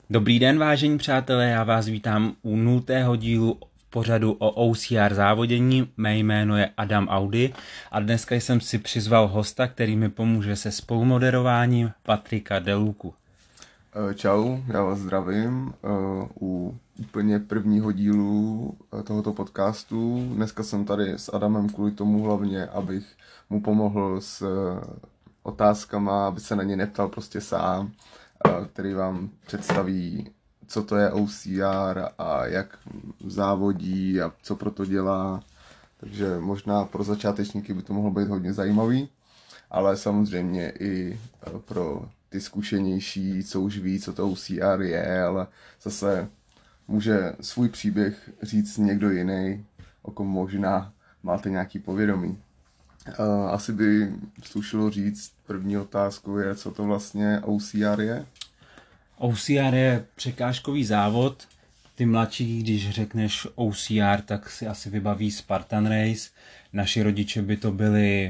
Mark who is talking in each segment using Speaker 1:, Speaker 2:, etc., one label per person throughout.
Speaker 1: Dobrý den, vážení přátelé, já vás vítám u 0. dílu pořadu o OCR závodění. Mé jméno je Adam Audi a dneska jsem si přizval hosta, který mi pomůže se spolumoderováním, Patrika Deluku.
Speaker 2: Čau, já vás zdravím u úplně prvního dílu tohoto podcastu. Dneska jsem tady s Adamem kvůli tomu hlavně, abych mu pomohl s otázkama, aby se na ně neptal prostě sám, který vám představí, co to je OCR a jak závodí a co pro to dělá. Takže možná pro začátečníky by to mohlo být hodně zajímavý, ale samozřejmě i pro ty zkušenější, co už ví, co to OCR je, ale zase může svůj příběh říct někdo jiný, o kom možná máte nějaký povědomí. Asi by slušelo říct, první otázku je, co to vlastně OCR je?
Speaker 1: OCR je překážkový závod. Ty mladší, když řekneš OCR, tak si asi vybaví Spartan Race. Naši rodiče by to byli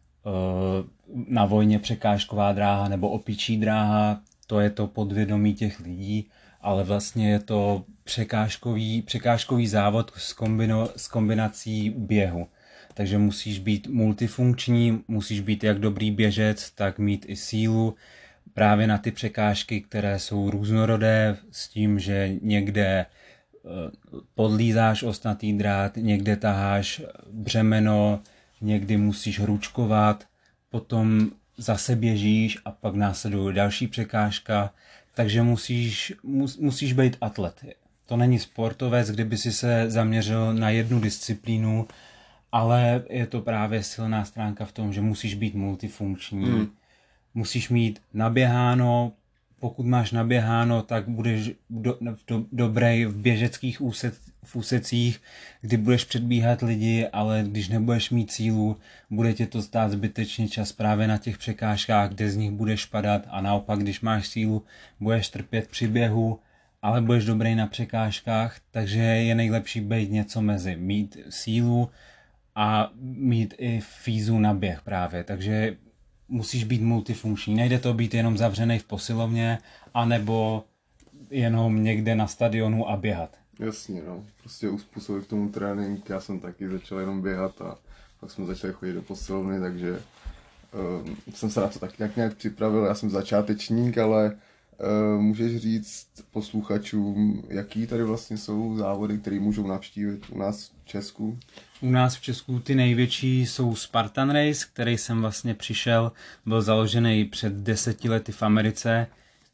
Speaker 1: na vojně překážková dráha nebo opičí dráha. To je to podvědomí těch lidí, ale vlastně je to překážkový závod s kombinací běhu. Takže musíš být multifunkční, musíš být jak dobrý běžec, tak mít i sílu právě na ty překážky, které jsou různorodé, s tím, že někde podlízáš ostnatý drát, někde taháš břemeno, někdy musíš ručkovat, potom zase běžíš a pak následuje další překážka, takže musíš být atlet. To není sportovec, kdyby si se zaměřil na jednu disciplínu, ale je to právě silná stránka v tom, že musíš být multifunkční. Musíš mít naběháno, pokud máš naběháno, tak budeš dobrý v běžeckých úsecích, kdy budeš předbíhat lidi, ale když nebudeš mít sílu, bude tě to stát zbytečně čas právě na těch překážkách, kde z nich budeš padat, a naopak, když máš sílu, budeš trpět při běhu, ale budeš dobrý na překážkách, takže je nejlepší být něco mezi, mít sílu a mít i fízu na běh právě, takže musíš být multifunkční. Nejde to být jenom zavřený v posilovně, anebo jenom někde na stadionu a běhat.
Speaker 2: Jasně, no. Prostě uspůsobit k tomu trénink. Já jsem taky začal jenom běhat a pak jsme začali chodit do posilovny, takže jsem se na to taky nějak připravil. Já jsem začátečník, ale můžeš říct posluchačům, jaký tady vlastně jsou závody, které můžou navštívit u nás v Česku?
Speaker 1: U nás v Česku ty největší jsou Spartan Race, který jsem vlastně přišel, byl založený před 10 lety v Americe.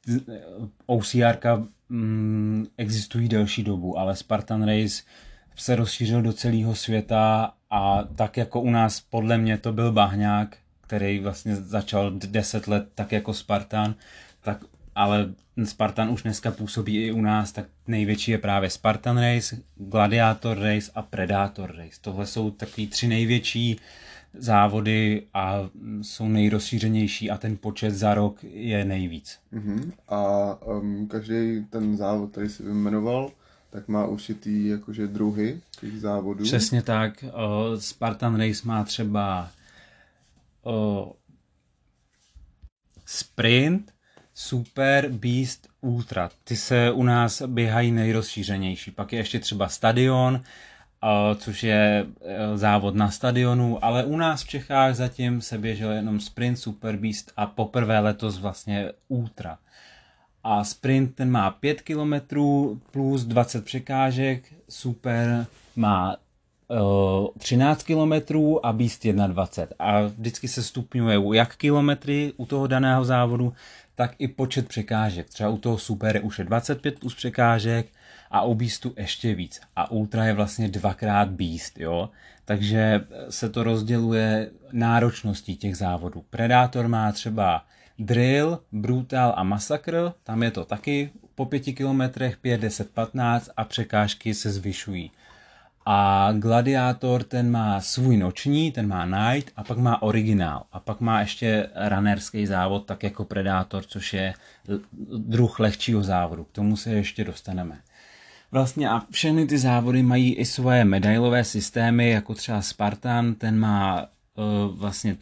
Speaker 1: OCR existují delší dobu, ale Spartan Race se rozšířil do celého světa a tak jako u nás podle mě to byl Bahňák, který vlastně začal 10 let tak jako Spartan, tak ale Spartan už dneska působí i u nás, tak největší je právě Spartan Race, Gladiator Race a Predator Race. Tohle jsou takový 3 největší závody a jsou nejrozšířenější a ten počet za rok je nejvíc.
Speaker 2: A každý ten závod, který jsi vyjmenoval, tak má určitý jakože druhy těch závodů.
Speaker 1: Přesně tak. Spartan Race má třeba sprint, Super, Beast, Ultra. Ty se u nás běhají nejrozšířenější. Pak je ještě třeba stadion, což je závod na stadionu, ale u nás v Čechách zatím se běžel jenom sprint, Super, Beast a poprvé letos vlastně Ultra. A sprint ten má 5 km plus 20 překážek, Super má 13 km a Beast 21. A vždycky se stupňuje jak kilometry u toho daného závodu, tak i počet překážek. Třeba u toho Super už je 25 plus překážek a u Beastu ještě víc. A Ultra je vlastně 2x Beast, jo. Takže se to rozděluje náročností těch závodů. Predator má třeba Drill, Brutal a Massacre, tam je to taky po 5 kilometrech 5, 10, 15 a překážky se zvyšují. A Gladiátor ten má svůj noční, ten má night a pak má originál. A pak má ještě runnerský závod, tak jako Predator, což je druh lehčího závodu. K tomu se ještě dostaneme. Vlastně a všechny ty závody mají i svoje medailové systémy, jako třeba Spartan, ten má vlastně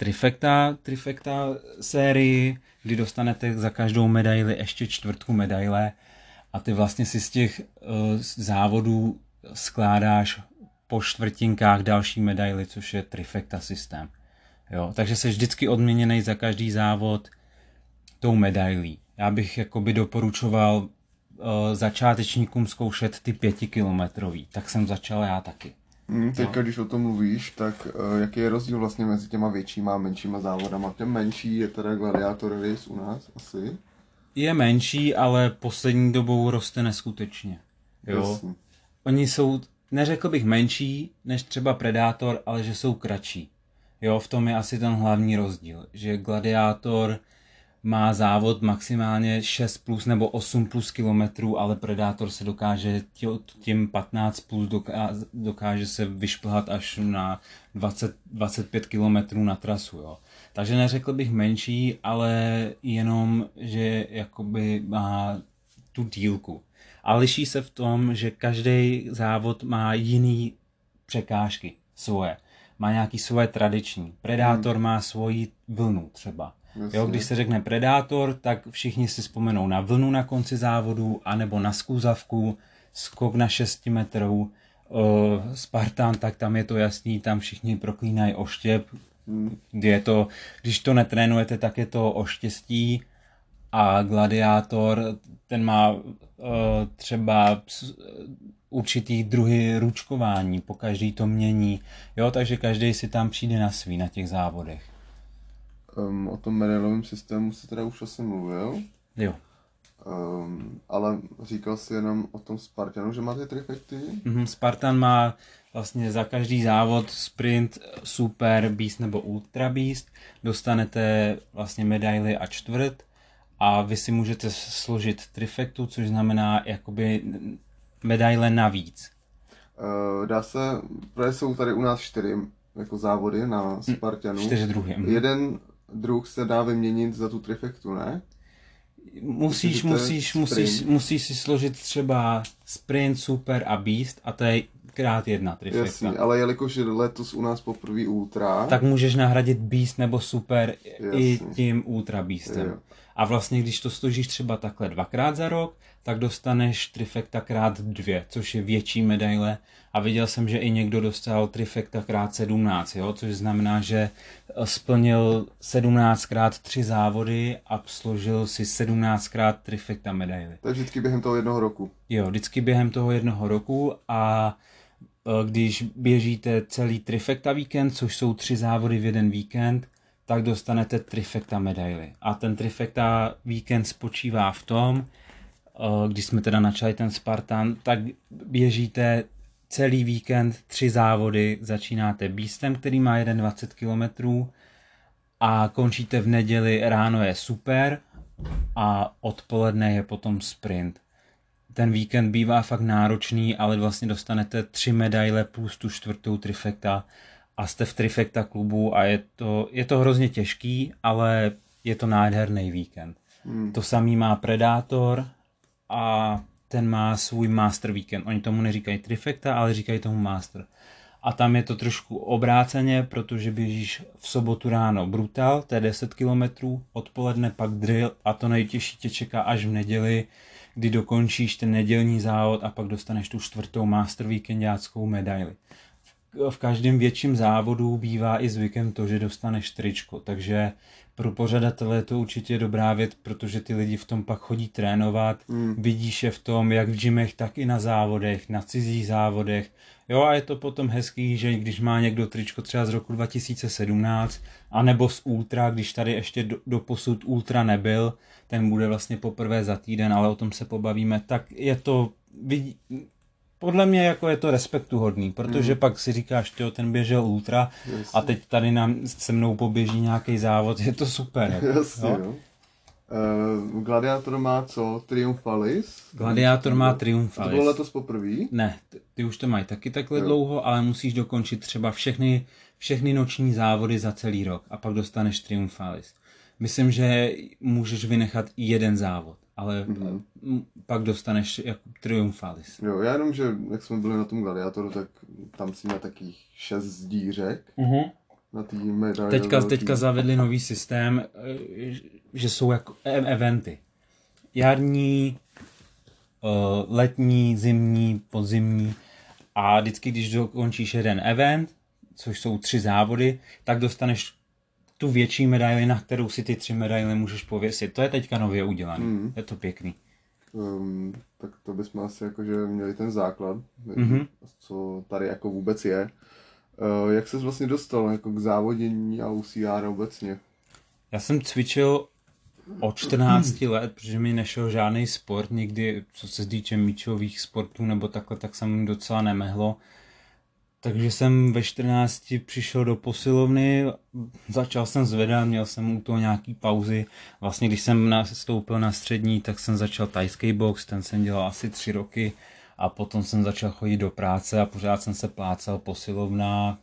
Speaker 1: trifecta sérii, kdy dostanete za každou medaili ještě čtvrtku medaile. a ty vlastně si z těch závodů skládáš po čtvrtinkách další medaily, což je trifecta systém. Jo? Takže jsi vždycky odměněný za každý závod tou medailí. Já bych jakoby doporučoval začátečníkům zkoušet ty 5kilometrový, tak jsem začal já taky.
Speaker 2: Teďka, když o tom mluvíš, tak jaký je rozdíl vlastně mezi těma většíma a menšíma závodama? Těm menší je teda Gladiator Race u nás asi?
Speaker 1: Je menší, ale poslední dobou roste neskutečně. Jo?
Speaker 2: Jasně.
Speaker 1: Oni jsou, neřekl bych menší než třeba Predator, ale že jsou kratší. Jo, v tom je asi ten hlavní rozdíl, že Gladiator má závod maximálně 6 plus nebo 8 plus kilometrů, ale Predator se dokáže tím 15 plus dokáže se vyšplhat až na 20-25 kilometrů na trasu. Jo. Takže neřekl bych menší, ale jenom, že jakoby má tu dílku. A liší se v tom, že každý závod má jiný překážky svoje. Má nějaký svoje tradiční. Predátor má svoji vlnu třeba. Jo, když se řekne Predátor, tak všichni si vzpomenou na vlnu na konci závodu, anebo na skluzavku, skok na 6 metrů. Spartan, tak tam je to jasný, tam všichni proklínají o štěp. Když to netrénujete, tak je to o štěstí. A Gladiátor, ten má třeba určitý druhy ručkování, po každý to mění, jo, takže každý si tam přijde na svý na těch závodech.
Speaker 2: O tom medailovém systému si teda už asi mluvil.
Speaker 1: Jo.
Speaker 2: Ale říkal jsi jenom o tom Spartanu, že má ty trifekty?
Speaker 1: Spartan má vlastně za každý závod sprint, super, beast nebo ultra beast. Dostanete vlastně medaily a čtvrt a vy si můžete složit trifektu, což znamená jakoby medaile navíc.
Speaker 2: Dá se, protože jsou tady u nás 4 jako závody na Spartanu.
Speaker 1: 4 druhy.
Speaker 2: Jeden druh se dá vyměnit za tu trifektu, ne?
Speaker 1: Musíš si složit třeba sprint, super a beast a to je krát 1 trifekta.
Speaker 2: Jasně, ale jelikož je letos u nás poprvé ultra,
Speaker 1: tak můžeš nahradit beast nebo super i tím ultra beastem. Jo. A vlastně, když to složíš třeba takhle 2krát za rok, tak dostaneš trifekta krát 2, což je větší medaile. A viděl jsem, že i někdo dostal trifekta krát 17, jo? Což znamená, že splnil 17krát 3 závody a složil si 17krát trifekta medaily.
Speaker 2: To je vždycky během toho jednoho roku.
Speaker 1: Jo, vždycky během toho jednoho roku a když běžíte celý trifekta víkend, což jsou 3 závody v jeden víkend, tak dostanete trifekta medaily. A ten trifekta víkend spočívá v tom, když jsme teda načali ten Spartan, tak běžíte celý víkend 3 závody, začínáte beastem, který má 21 km a končíte v neděli, ráno je super a odpoledne je potom sprint. Ten víkend bývá fakt náročný, ale vlastně dostanete 3 medaile plus tu 4. trifekta a jste v trifekta klubu a je to hrozně těžký, ale je to nádherný víkend. To samý má Predator a ten má svůj master víkend. Oni tomu neříkají trifekta, ale říkají tomu master. A tam je to trošku obráceně, protože běžíš v sobotu ráno brutal, to je 10 km, odpoledne pak drill a to nejtěžší tě čeká až v neděli, kdy dokončíš ten nedělní závod a pak dostaneš tu 4. master víkendáckou medaili. V každém větším závodu bývá i zvykem to, že dostaneš tričko, takže pro pořadatele je to určitě dobrá věc, protože ty lidi v tom pak chodí trénovat, vidíš je v tom, jak v gymech, tak i na závodech, na cizích závodech. Jo, a je to potom hezký, že když má někdo tričko třeba z roku 2017, anebo z Ultra, když tady ještě doposud Ultra nebyl, ten bude vlastně poprvé za týden, ale o tom se pobavíme, tak je to, podle mě jako je to respektuhodný, protože pak si říkáš, tyjo, ten běžel Ultra a teď tady se mnou poběží nějaký závod, je to super.
Speaker 2: Jasně, jo. Gladiátor má co? Triumphalis?
Speaker 1: Gladiátor má Triumphalis.
Speaker 2: To bylo letos poprvé?
Speaker 1: Ne, ty už to mají taky takhle dlouho, ale musíš dokončit třeba všechny noční závody za celý rok a pak dostaneš Triumphalis. Myslím, že můžeš vynechat i jeden závod, ale pak dostaneš jako Triumphalis.
Speaker 2: Jo, já jenom, že jak jsme byli na tom Gladiátoru, tak tam si měl takých 6 zdířek. Na té medaile.
Speaker 1: Teďka zavedli nový systém, že jsou jako eventy. Jarní, letní, zimní, podzimní a vždycky, když dokončíš jeden event, což jsou 3 závody, tak dostaneš tu větší medaili, na kterou si ty 3 medaile můžeš pověsit. To je teďka nově udělané. Je to pěkný.
Speaker 2: Tak to bychom asi jakože měli ten základ, co tady jako vůbec je. Jak ses vlastně dostal jako k závodění a OCR obecně?
Speaker 1: Já jsem cvičil od 14 let, protože mi nešel žádný sport nikdy, co se týče míčových sportů nebo takhle, tak jsem jim docela nemehlo. Takže jsem ve 14 přišel do posilovny, začal jsem zvedat, měl jsem u toho nějaký pauzy. Vlastně když jsem nastoupil na střední, tak jsem začal thajský box, ten jsem dělal asi 3 roky a potom jsem začal chodit do práce a pořád jsem se plácal posilovna,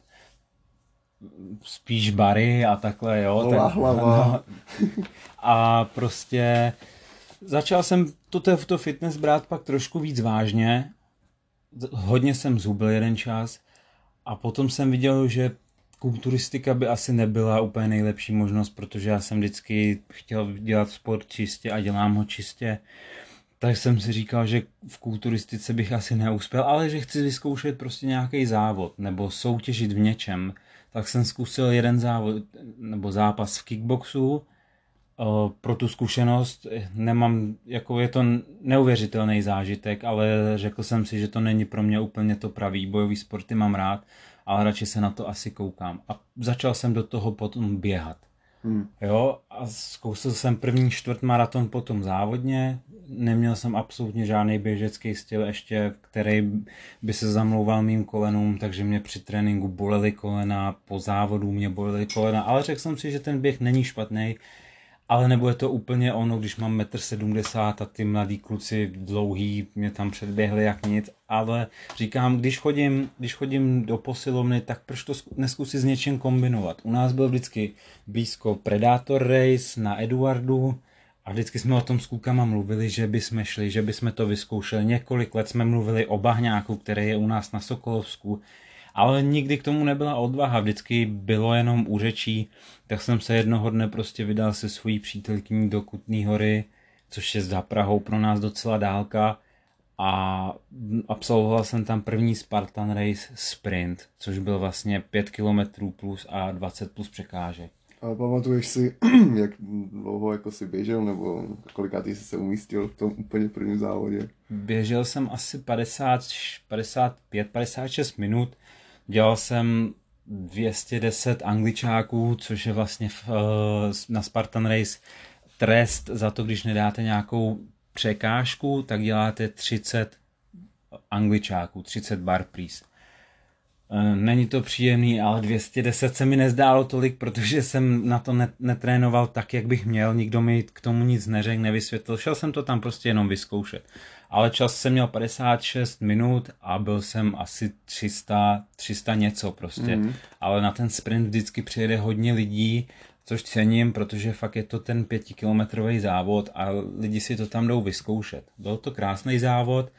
Speaker 1: spíš bary a takhle, jo.
Speaker 2: Hlava.
Speaker 1: A prostě začal jsem to fitness brát pak trošku víc vážně. Hodně jsem zhubil jeden čas a potom jsem viděl, že kulturistika by asi nebyla úplně nejlepší možnost, protože já jsem vždycky chtěl dělat sport čistě a dělám ho čistě. Tak jsem si říkal, že v kulturistice bych asi neuspěl, ale že chci vyzkoušet prostě nějaký závod nebo soutěžit v něčem. Tak jsem zkusil jeden závod nebo zápas v kickboxu. Pro tu zkušenost nemám, jako je to neuvěřitelný zážitek, ale řekl jsem si, že to není pro mě úplně to pravý. Bojový sporty mám rád, ale radši se na to asi koukám. A začal jsem do toho potom běhat. Jo, a zkoušel jsem první čtvrtmaraton potom závodně, neměl jsem absolutně žádný běžecký styl ještě, který by se zamlouval mým kolenům, takže mě při tréninku bolely kolena, po závodu mě bolely kolena, ale řekl jsem si, že ten běh není špatný, ale nebo je to úplně ono, když mám 1,70 m a ty mladí kluci dlouhý mě tam předběhli jak nic, ale říkám, když chodím do posilovny, tak proč to neskusit s něčím kombinovat. U nás byl vždycky blízko Predator Race na Eduardu a vždycky jsme o tom s klukama mluvili, že bychom šli, že bychom to vyzkoušeli. Několik let jsme mluvili o bahňáku, který je u nás na Sokolovsku, ale nikdy k tomu nebyla odvaha, vždycky bylo jenom u řečí, tak jsem se jednoho dne prostě vydal se svojí přítelkyní do Kutný Hory, což je za Prahou pro nás docela dálka a absolvoval jsem tam první Spartan Race Sprint, což byl vlastně 5 km plus a 20 plus překážek.
Speaker 2: A pamatuješ si, jak dlouho jako si běžel, nebo kolikátý jsi se umístil v tom úplně prvním závodě?
Speaker 1: Běžel jsem asi 55-56 minut, dělal jsem 210 angličáků, což je vlastně na Spartan Race trest za to, když nedáte nějakou překážku, tak děláte 30 angličáků, 30 bar press. Není to příjemný, ale 210 se mi nezdálo tolik, protože jsem na to netrénoval tak, jak bych měl, nikdo mi k tomu nic neřekl, nevysvětlil, šel jsem to tam prostě jenom vyzkoušet. Ale čas jsem měl 56 minut a byl jsem asi 300 něco prostě. Ale na ten sprint vždycky přijede hodně lidí, což cením, protože fakt je to ten 5kilometrový závod a lidi si to tam jdou vyzkoušet. Byl to krásný závod,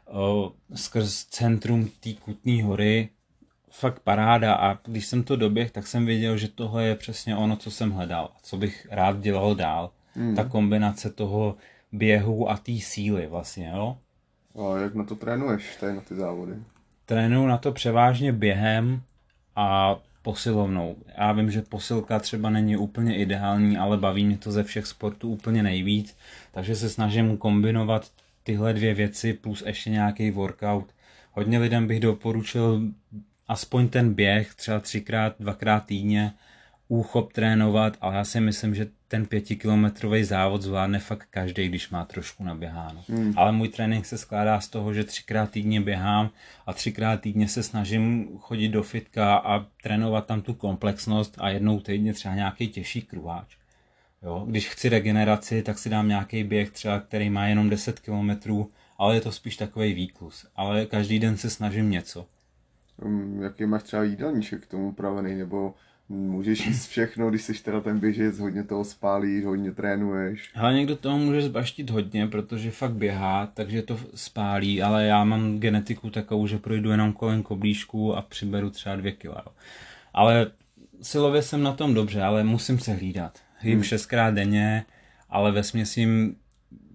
Speaker 1: skrz centrum té Kutný Hory, fakt paráda a když jsem to doběhl, tak jsem věděl, že tohle je přesně ono, co jsem hledal, co bych rád dělal dál. Ta kombinace toho běhu a té síly vlastně, jo.
Speaker 2: A jak na to trénuješ, tady na ty závody?
Speaker 1: Trénuju na to převážně během a posilovnou. Já vím, že posilka třeba není úplně ideální, ale baví mě to ze všech sportů úplně nejvíc, takže se snažím kombinovat tyhle 2 věci plus ještě nějaký workout. Hodně lidem bych doporučil aspoň ten běh, třeba 3x, 2x týdně, úchop trénovat, ale já si myslím, že ten 5kilometrový závod zvládne fakt každý, když má trošku naběháno. Ale můj trénink se skládá z toho, že 3x týdně běhám a 3x týdně se snažím chodit do fitka a trénovat tam tu komplexnost a jednou týdně třeba nějaký těžší kruháč. Jo? Když chci regeneraci, tak si dám nějaký běh třeba, který má jenom 10 kilometrů, ale je to spíš takovej výklus. Ale každý den se snažím něco.
Speaker 2: Jaký máš třeba jídelníček k tomu upravený, nebo můžeš jíst všechno, když jsi teda ten běžec, hodně toho spálíš, hodně trénuješ?
Speaker 1: Ale někdo toho může zbaštit hodně, protože fakt běhá, takže to spálí, ale já mám genetiku takovou, že projdu jenom kolem koblížku a přiberu třeba 2 kg. Ale silově jsem na tom dobře, ale musím se hlídat. Jím 6x denně, ale vesměs jim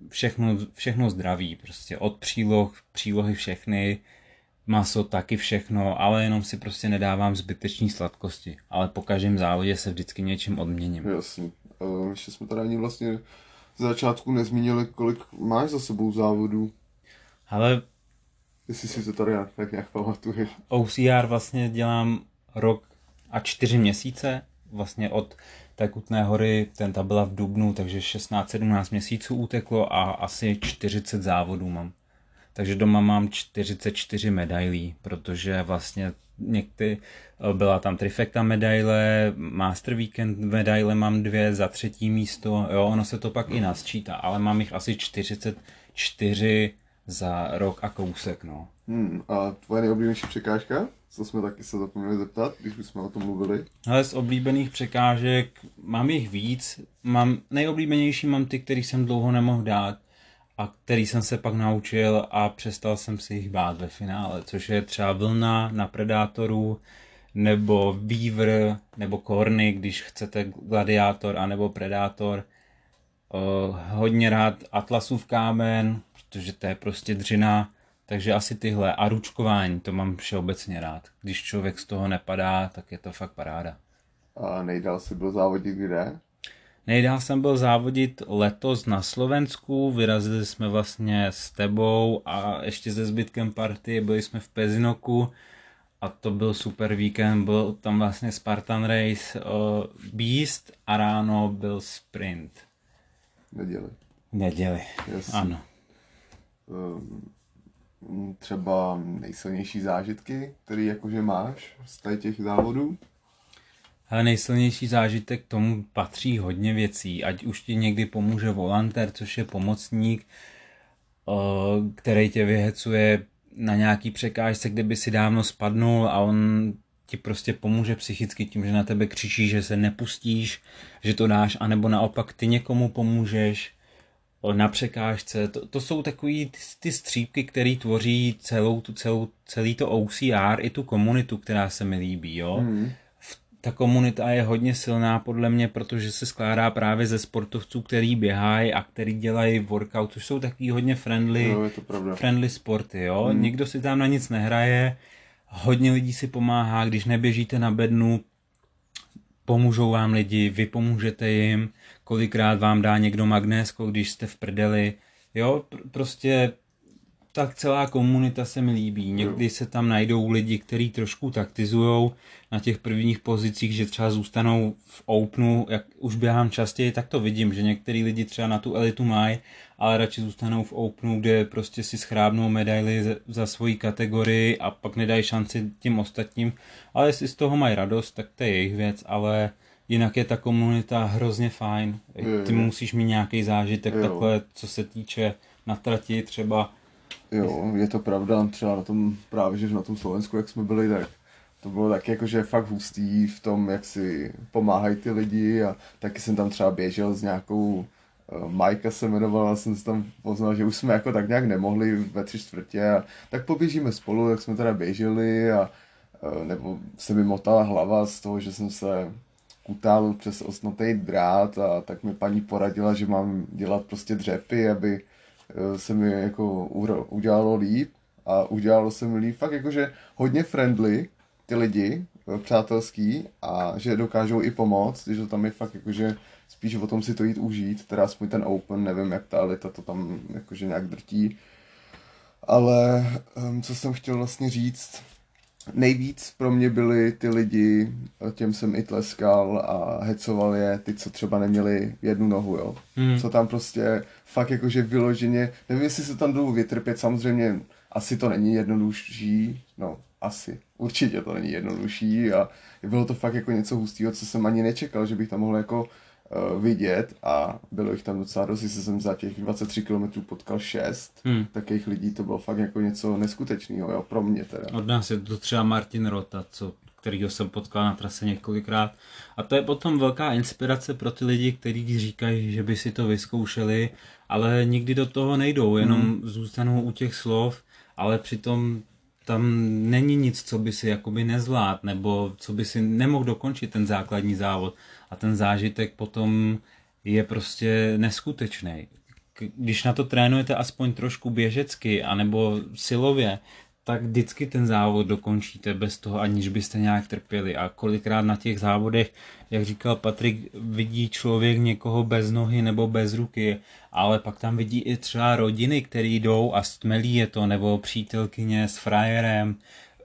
Speaker 1: všechno zdraví, prostě od přílohy všechny, maso taky všechno, ale jenom si prostě nedávám zbytečný sladkosti. Ale po každém závodě se vždycky něčím odměním.
Speaker 2: Jasně. Ještě jsme tady ani vlastně z začátku nezmínili, kolik máš za sebou závodů.
Speaker 1: Ale
Speaker 2: jestli si to tady tak nějak pamatuješ.
Speaker 1: OCR vlastně dělám rok a 4 měsíce, vlastně od té Kutné Hory, ta byla v dubnu, takže 16-17 měsíců uteklo a asi 40 závodů mám. Takže doma mám 44 medailí, protože vlastně byla tam trifecta medaile, Master Weekend medaile mám 2 za 3. místo, jo, ono se to pak i nasčítá, ale mám jich asi 44 za rok a kousek, no.
Speaker 2: A tvoje nejoblíbenější překážka? Co jsme taky se zapomněli zeptat, když jsme o tom mluvili.
Speaker 1: Ale z oblíbených překážek mám jich víc. Nejoblíbenější mám ty, který jsem dlouho nemohl dát a který jsem se pak naučil a přestal jsem si jich bát ve finále, což je třeba vlna na Predatoru, nebo Weaver, nebo Korny, když chcete Gladiátor, anebo Predator. Hodně rád Atlasův kámen, protože to je prostě dřina. Takže asi tyhle. A ručkování, to mám všeobecně rád. Když člověk z toho nepadá, tak je to fakt paráda.
Speaker 2: A nejdál jsi byl závodit kde?
Speaker 1: Nejdál jsem byl závodit letos na Slovensku. Vyrazili jsme vlastně s tebou a ještě se zbytkem party. Byli jsme v Pezinoku a to byl super víkend. Byl tam vlastně Spartan Race Beast a ráno byl sprint. Neděli,
Speaker 2: Jasně.
Speaker 1: ano.
Speaker 2: Třeba nejsilnější zážitky, který jakože máš z těch závodů?
Speaker 1: Ale nejsilnější zážitek, k tomu patří hodně věcí, ať už ti někdy pomůže volantér, což je pomocník, který tě vyhecuje na nějaký překážce, kde by si dávno spadnul a on ti prostě pomůže psychicky tím, že na tebe křičí, že se nepustíš, že to dáš, anebo naopak ty někomu pomůžeš na překážce. To jsou takový ty střípky, které tvoří celý to OCR i tu komunitu, která se mi líbí, jo. Ta komunita je hodně silná podle mě, protože se skládá právě ze sportovců, který běhají a který dělají workout, což jsou takový hodně friendly sporty, jo. Nikdo si tam na nic nehraje, hodně lidí si pomáhá, když neběžíte na bednu, pomůžou vám lidi, vy pomůžete jim, kolikrát vám dá někdo magnésko, když jste v prdeli, jo, prostě tak celá komunita se mi líbí. Někdy se tam najdou lidi, kteří trošku taktizujou na těch prvních pozicích, že třeba zůstanou v openu, jak už běhám častěji, tak to vidím, že některý lidi třeba na tu elitu mají, ale radši zůstanou v openu, kde prostě si schrábnou medaily za svoji kategorii a pak nedají šanci těm ostatním, ale jestli z toho mají radost, tak to je jejich věc, ale jinak je ta komunita hrozně fajn. Ty musíš mít nějaký zážitek takhle, co se týče na trati třeba.
Speaker 2: Jo, je to pravda, třeba na tom, právě že na tom Slovensku, jak jsme byli, tak to bylo taky jakože fakt hustý v tom, jak si pomáhají ty lidi a taky jsem tam třeba běžel s nějakou Majka se jmenovala, jsem se tam poznal, že už jsme jako tak nějak nemohli ve 3/4 a tak poběžíme spolu, jak jsme teda běželi a nebo se mi motala hlava z toho, že jsem se kutal přes osnatý drát a tak mi paní poradila, že mám dělat prostě dřepy, aby se mi jako udělalo líp a udělalo se mi líp, fakt jakože hodně friendly ty lidi, přátelský a že dokážou i pomoct, že to tam je fakt jakože spíš o tom si to jít užít, teda aspoň ten open, nevím jak ta elita to tam jakože nějak drtí, ale co jsem chtěl vlastně říct, nejvíc pro mě byli ty lidi, těm jsem i tleskal a hecoval je, ty, co třeba neměli jednu nohu, jo. Co tam prostě fakt jakože vyloženě, nevím, jestli se tam jdou vytrpět, samozřejmě asi to není jednodušší, no asi, určitě to není jednodušší a bylo to fakt jako něco hustého, co jsem ani nečekal, že bych tam mohl jako vidět a bylo jich tam docela dost, jestli jsem za těch 23 km potkal 6 takových lidí, to bylo fakt jako něco neskutečného, jo, pro mě teda.
Speaker 1: Od nás je to třeba Martin Rota, kterýho jsem potkal na trase několikrát a to je potom velká inspirace pro ty lidi, kteří říkají, že by si to vyzkoušeli, ale nikdy do toho nejdou, jenom zůstanou u těch slov, ale přitom tam není nic, co by si jakoby nezvlád, nebo co by si nemohl dokončit ten základní závod. A ten zážitek potom je prostě neskutečný. když na to trénujete aspoň trošku běžecky, anebo silově, tak vždycky ten závod dokončíte bez toho, aniž byste nějak trpěli. A kolikrát na těch závodech, jak říkal Patrik, vidí člověk někoho bez nohy nebo bez ruky, ale pak tam vidí i třeba rodiny, které jdou a stmelí je to, nebo přítelkyně s frajerem,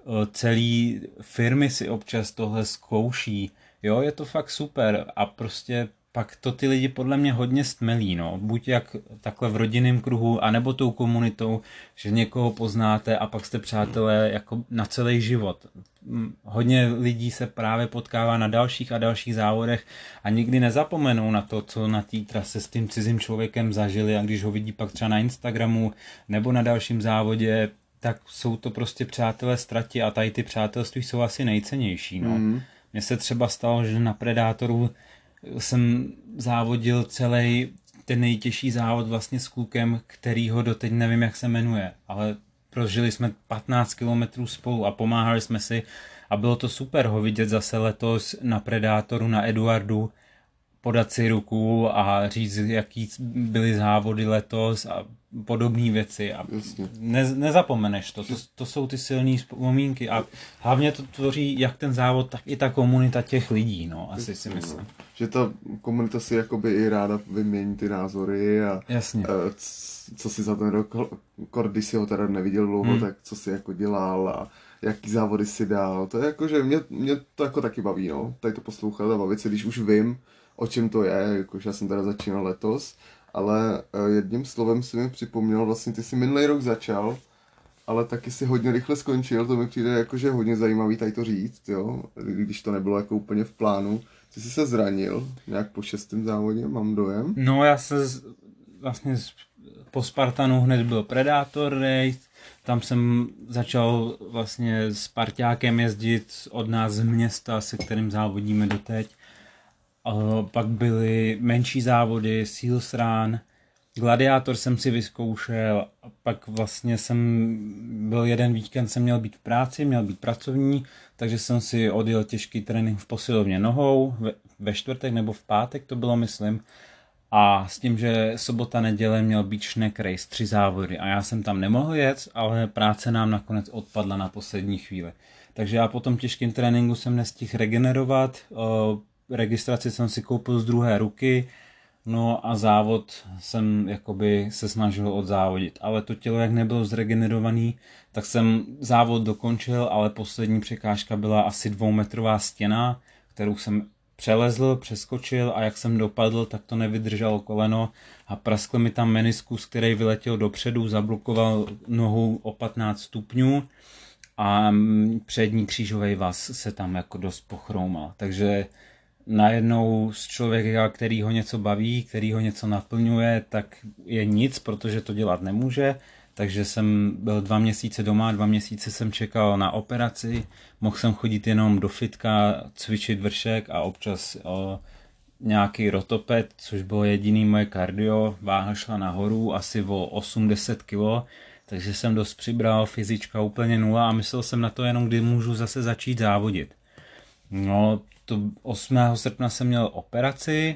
Speaker 1: celý firmy si občas tohle zkouší. Jo, je to fakt super a prostě pak to ty lidi podle mě hodně stmelí, no. Buď jak takhle v rodinném kruhu, anebo tou komunitou, že někoho poznáte a pak jste přátelé jako na celý život. Hodně lidí se právě potkává na dalších a dalších závodech a nikdy nezapomenou na to, co na té trase s tím cizím člověkem zažili, a když ho vidí pak třeba na Instagramu nebo na dalším závodě, tak jsou to prostě přátelé ztrati a tady ty přátelství jsou asi nejcennější, no. Mně se třeba stalo, že na Predátoru jsem závodil celý ten nejtěžší závod vlastně s klukem, kterýho doteď nevím, jak se jmenuje, ale prožili jsme 15 kilometrů spolu a pomáhali jsme si a bylo to super ho vidět zase letos na Predátoru, na Eduardu, podat si ruku a říct, jaký byly závody letos a podobné věci a nezapomeneš to. To jsou ty silné vzpomínky a hlavně to tvoří jak ten závod, tak i ta komunita těch lidí, no, asi si myslím.
Speaker 2: Že ta komunita si jakoby i ráda vymění ty názory a
Speaker 1: jasně.
Speaker 2: Co si za ten rok, když si ho teda neviděl dlouho, tak co si jako dělal a jaký závody si dal. To je jako, že mě to jako taky baví, no, tady to poslouchat a bavit se, když už vím, o čem to je, jakože já jsem teda začínal letos, ale jedním slovem si mi připomněl, vlastně ty jsi minulý rok začal, ale taky si hodně rychle skončil, to mi přijde jakože hodně zajímavý tady to říct, jo, když to nebylo jako úplně v plánu. Ty jsi se zranil nějak po 6. závodě, mám dojem?
Speaker 1: No já se vlastně po Spartanu hned byl Predator Race, tam jsem začal vlastně s parťákem jezdit od nás z města, se kterým závodíme doteď. Pak byly menší závody, Seals Run, Gladiátor jsem si vyzkoušel, a pak vlastně byl jeden víkend, jsem měl být v práci, měl být pracovní, takže jsem si odjel těžký trénink v posilovně nohou, ve čtvrtek nebo v pátek to bylo, myslím, a s tím, že sobota, neděle měl být Schneck Race, 3 závody a já jsem tam nemohl jet, ale práce nám nakonec odpadla na poslední chvíli. Takže já po tom těžkém tréninku jsem nestihl regenerovat, registraci jsem si koupil z druhé ruky, no a závod jsem jakoby se snažil odzávodit, ale to tělo jak nebylo zregenerovaný, tak jsem závod dokončil, ale poslední překážka byla asi 2metrová stěna, kterou jsem přeskočil a jak jsem dopadl, tak to nevydrželo koleno a praskl mi tam meniskus, který vyletěl dopředu, zablokoval nohu o 15 stupňů a přední křížový vaz se tam jako dost pochroumal, takže najednou z člověka, který ho něco baví, který ho něco naplňuje, tak je nic, protože to dělat nemůže. Takže jsem byl 2 měsíce doma, 2 měsíce jsem čekal na operaci, mohl jsem chodit jenom do fitka, cvičit vršek a občas nějaký rotoped, což bylo jediný moje kardio, váha šla nahoru asi o 80 kg, takže jsem dost přibral, fyzička úplně 0 a myslel jsem na to jenom, kdy můžu zase začít závodit. No, to 8. srpna jsem měl operaci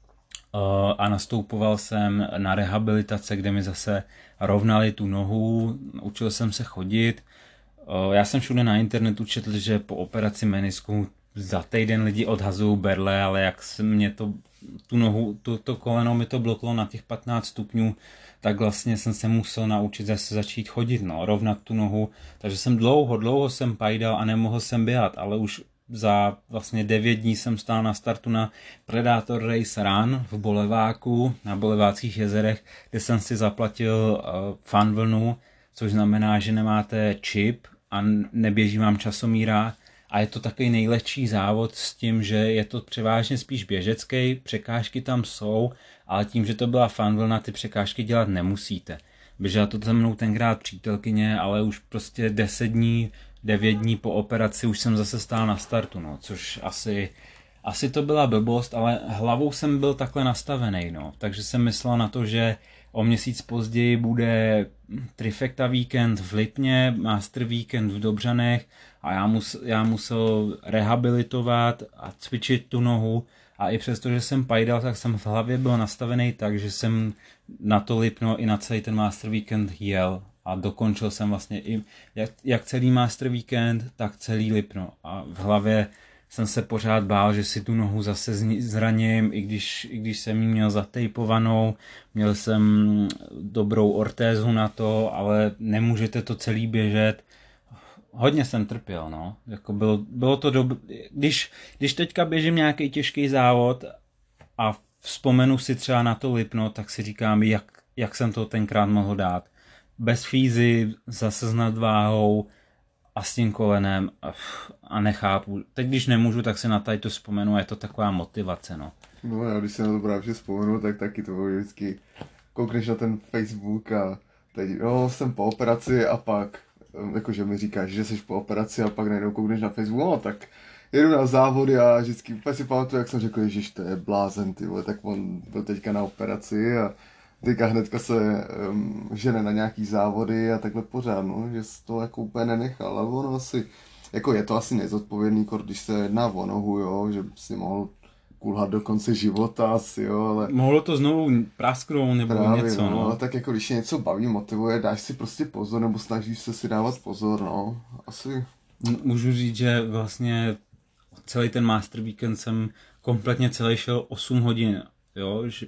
Speaker 1: a nastoupoval jsem na rehabilitace, kde mi zase rovnali tu nohu, učil jsem se chodit. Já jsem všude na internetu četl, že po operaci menisku za týden lidi odhazují berle, ale jak se mě tu nohu, to koleno mi to bloklo na těch 15 stupňů, tak vlastně jsem se musel naučit zase začít chodit, no, rovnat tu nohu. Takže jsem dlouho jsem pajdal a nemohl jsem běhat, ale už za vlastně 9 dní jsem stál na startu na Predator Race Run v Boleváku, na Boleváckých jezerech, kde jsem si zaplatil fanvlnu, což znamená, že nemáte čip a neběží vám časomíra a je to takový nejlehčí závod s tím, že je to převážně spíš běžecký, překážky tam jsou, ale tím, že to byla fanvlna, ty překážky dělat nemusíte. Běžela to za mnou tenkrát přítelkyně, ale už prostě 10 dní, 9 dní po operaci už jsem zase stál na startu, no, což asi to byla blbost, ale hlavou jsem byl takhle nastavený, no, takže jsem myslel na to, že o měsíc později bude trifecta víkend v Lipně, master víkend v Dobřanech a já musel rehabilitovat a cvičit tu nohu A i přesto, že jsem pajdal, tak jsem v hlavě byl nastavený tak, že jsem na to Lipno i na celý ten Master Weekend jel. A dokončil jsem vlastně i jak celý Master Weekend, tak celý Lipno. A v hlavě jsem se pořád bál, že si tu nohu zase zraním, i když jsem ji měl zatejpovanou, měl jsem dobrou ortézu na to, ale nemůžete to celý běžet. Hodně jsem trpěl, no. Jako bylo to když teďka běžím nějaký těžký závod a vzpomenu si třeba na to Lipno, tak si říkám, jak jsem to tenkrát mohl dát. Bez fízy, zase s nadváhou a s tím kolenem a nechápu. Teď když nemůžu, tak si na tady to vzpomenu a je to taková motivace, no.
Speaker 2: No já když si na to právě vzpomenu, tak taky to bylo vždycky, koukneš na ten Facebook a teď, no jsem po operaci a pak, jakože mi říkáš, že jsi po operaci a pak najednou koukneš na Facebook, no tak jedu na závody a vždycky úplně si pamatuju, jak jsem řekl, ježiš, to je blázen, ty vole, tak on byl teďka na operaci a teďka hnedka se žene na nějaký závody a takhle pořád, no, že jsi to jako úplně nenechal, ale ono asi, jako je to asi nezodpovědný, když se jedná o nohu, jo, že si mohl kulhat do konce života asi, jo, ale...
Speaker 1: Mohlo to znovu prasknout nebo
Speaker 2: právě,
Speaker 1: něco, no.
Speaker 2: Ale tak jako když je něco baví, motivuje, dáš si prostě pozor, nebo snažíš se si dávat pozor, no, asi...
Speaker 1: Můžu říct, že vlastně celý ten Master Weekend jsem kompletně celý šel 8 hodin, jo, že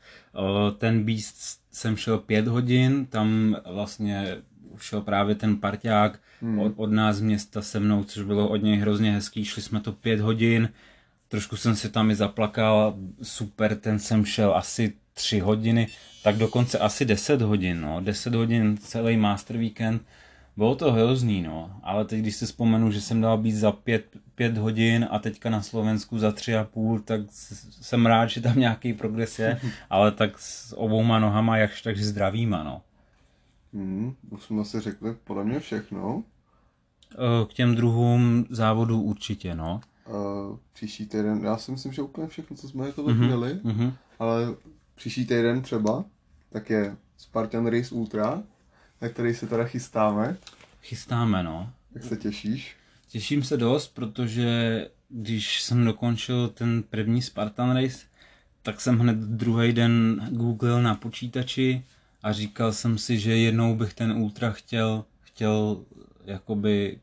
Speaker 1: ten Beast jsem šel 5 hodin, tam vlastně šel právě ten parťák od nás z města se mnou, což bylo od něj hrozně hezký, šli jsme to 5 hodin, trošku jsem si tam i zaplakal, super, ten jsem šel asi 3 hodiny, tak dokonce asi 10 hodin, no, 10 hodin celý Master Weekend, bylo to hrozný, no, ale teď když si vzpomenu, že jsem dal být za 5 hodin a teďka na Slovensku za 3,5, tak jsem rád, že tam nějaký progres je, ale tak s obouma nohama jakž takže zdravýma, no.
Speaker 2: Už jsme si řekli podle mě všechno.
Speaker 1: K těm druhům závodů určitě, no.
Speaker 2: Příští týden, já si myslím, že úplně všechno, co jsme jako měli, ale příští týden třeba, tak je Spartan Race Ultra, na který se teda chystáme.
Speaker 1: Chystáme, no.
Speaker 2: Jak se těšíš?
Speaker 1: Těším se dost, protože když jsem dokončil ten první Spartan Race, tak jsem hned druhý den googlil na počítači a říkal jsem si, že jednou bych ten ultra chtěl jakoby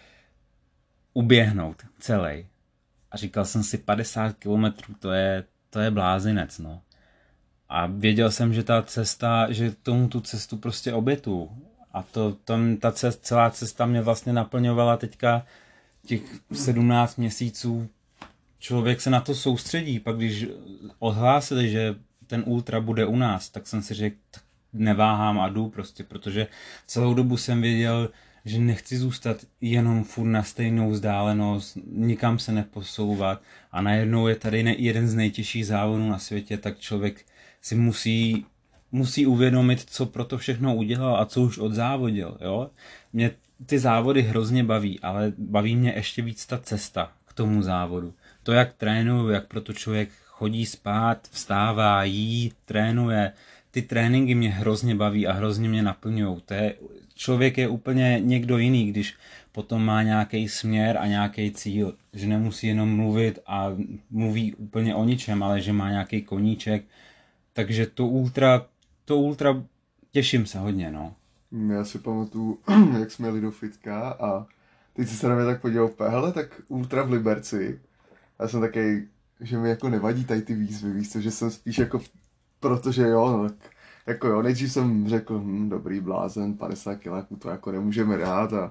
Speaker 1: uběhnout celý. A říkal jsem si 50 kilometrů, to je blázinec, no. A věděl jsem, že ta cesta, že tomu tu cestu prostě obětu. A celá cesta mě vlastně naplňovala teďka těch 17 měsíců. Člověk se na to soustředí, pak když odhlásili, že ten ultra bude u nás, tak jsem si řekl, neváhám a jdu prostě, protože celou dobu jsem věděl, že nechci zůstat jenom furt na stejnou vzdálenost, nikam se neposouvat a najednou je tady jeden z nejtěžších závodů na světě, tak člověk si musí uvědomit, co pro to všechno udělal a co už odzávodil, jo. Mě ty závody hrozně baví, ale baví mě ještě víc ta cesta k tomu závodu. To, jak trénuju, jak proto člověk chodí spát, vstává, jí, trénuje. Ty tréninky mě hrozně baví a hrozně mě naplňují. Člověk je úplně někdo jiný, když potom má nějaký směr a nějaký cíl. Že nemusí jenom mluvit a mluví úplně o ničem, ale že má nějaký koníček. Takže to ultra těším se hodně, no.
Speaker 2: Já si pamatuju, jak jsme jeli do fitka a teď si se na mě tak podíval, hele, tak ultra v Liberci. Já jsem taky, že mi jako nevadí tady ty výzvy, víš co, že jsem spíš jako, protože jo, no, tak jako jo, nejdřív jsem řekl, dobrý blázen, 50 kiláků, to jako nemůžeme dát a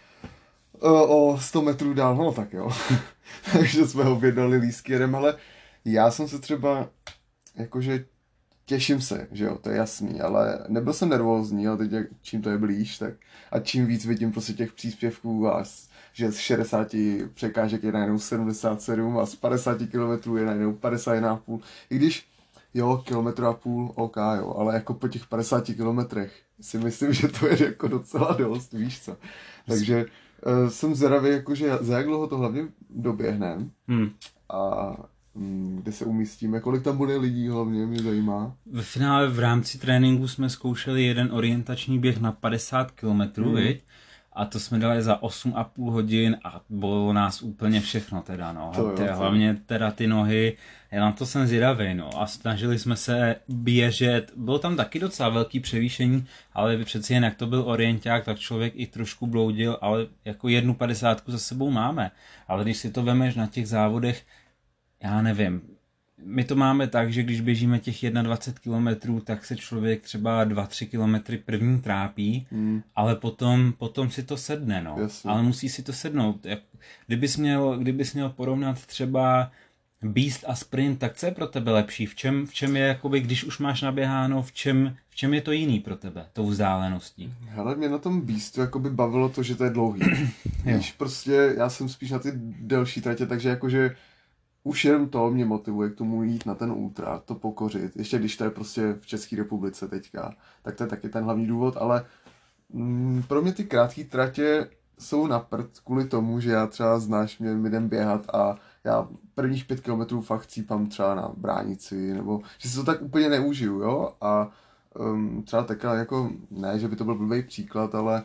Speaker 2: o 100 metrů dál, no tak jo. Takže jsme objednali lístky, jedem, ale já jsem se třeba, jakože těším se, že jo, to je jasný, ale nebyl jsem nervózní, ale teď čím to je blíž, tak a čím víc vidím prostě těch příspěvků a že z 60 překážek je najednou 77 a z 50 km je najednou 51,5, i když jo, kilometr a půl, ok, jo, ale jako po těch 50 kilometrech si myslím, že to je jako docela dost, víš co. Takže jsem zvědavý, jakože za jak dlouho to hlavně doběhneme a kde se umístíme, kolik tam bude lidí, hlavně mě zajímá.
Speaker 1: Ve finále v rámci tréninku jsme zkoušeli jeden orientační běh na 50 km, viď? a to jsme dali za 8,5 hodin a bylo nás úplně všechno teda, no. Hlavně teda ty nohy, já na to jsem zvědavý, no. A snažili jsme se běžet, bylo tam taky docela velký převýšení, ale přeci jen jak to byl orienták, tak člověk i trošku bloudil, ale jako 1,50 za sebou máme. Ale když si to vemeš na těch závodech, já nevím, my to máme tak, že když běžíme těch 21 km, tak se člověk třeba 2-3 km první trápí, ale potom si to sedne, no.
Speaker 2: Jasně.
Speaker 1: Ale musí si to sednout. Kdybys měl porovnat třeba Beast a Sprint, tak co je pro tebe lepší? V čem je, jakoby, když už máš naběháno, v čem je to jiný pro tebe, tou vzdáleností?
Speaker 2: Hele, mě na tom Beastu jakoby bavilo to, že to je dlouhý. Víš, prostě já jsem spíš na ty delší tratě, takže jakože už jenom to mě motivuje k tomu jít na ten ultra, to pokořit. Ještě když to je prostě v České republice teďka, tak to je taky ten hlavní důvod, ale pro mě ty krátké tratě jsou na prd kvůli tomu, že já třeba znáš, my jdem běhat a já prvních 5 kilometrů fakt cípám třeba na bránici, nebo že si to tak úplně neužiju, jo? A třeba takhle jako, ne, že by to byl blbý příklad, ale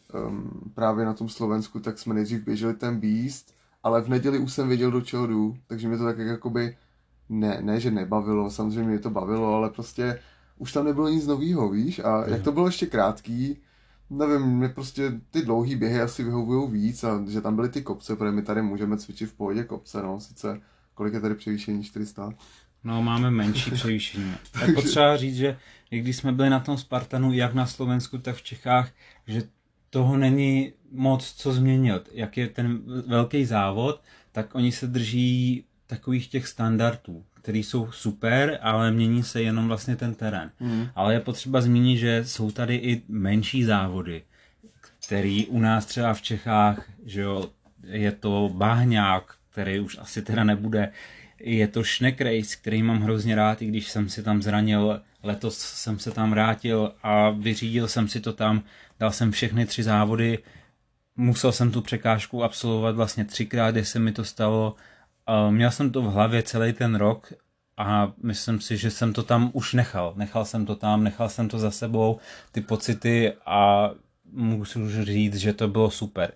Speaker 2: právě na tom Slovensku, tak jsme nejdřív běželi ten Beast, ale v neděli už jsem věděl, do čeho jdu, takže mě to tak jakoby, ne, že nebavilo, samozřejmě mě to bavilo, ale prostě už tam nebylo nic novýho, víš, a jak to bylo ještě krátký, nevím, mě prostě ty dlouhý běhy asi vyhovují víc a že tam byly ty kopce, protože my tady můžeme cvičit v pohodě kopce, no, sice kolik je tady převýšení, 400?
Speaker 1: No, máme menší převýšení. Tak potřeba říct, že když jsme byli na tom Spartanu, jak na Slovensku, tak v Čechách, že toho není moc co změnit. Jak je ten velký závod, tak oni se drží takových těch standardů, který jsou super, ale mění se jenom vlastně ten terén. Ale je potřeba zmínit, že jsou tady i menší závody, který u nás třeba v Čechách, že jo, je to Bahňák, který už asi teda nebude, je to Schneck Race, který mám hrozně rád, i když jsem si tam zranil, letos jsem se tam vrátil a vyřídil jsem si to tam, dal jsem všechny 3 závody, musel jsem tu překážku absolvovat vlastně 3krát, kdy se mi to stalo. Měl jsem to v hlavě celý ten rok a myslím si, že jsem to tam už nechal. Nechal jsem to za sebou, ty pocity, a můžu říct, že to bylo super.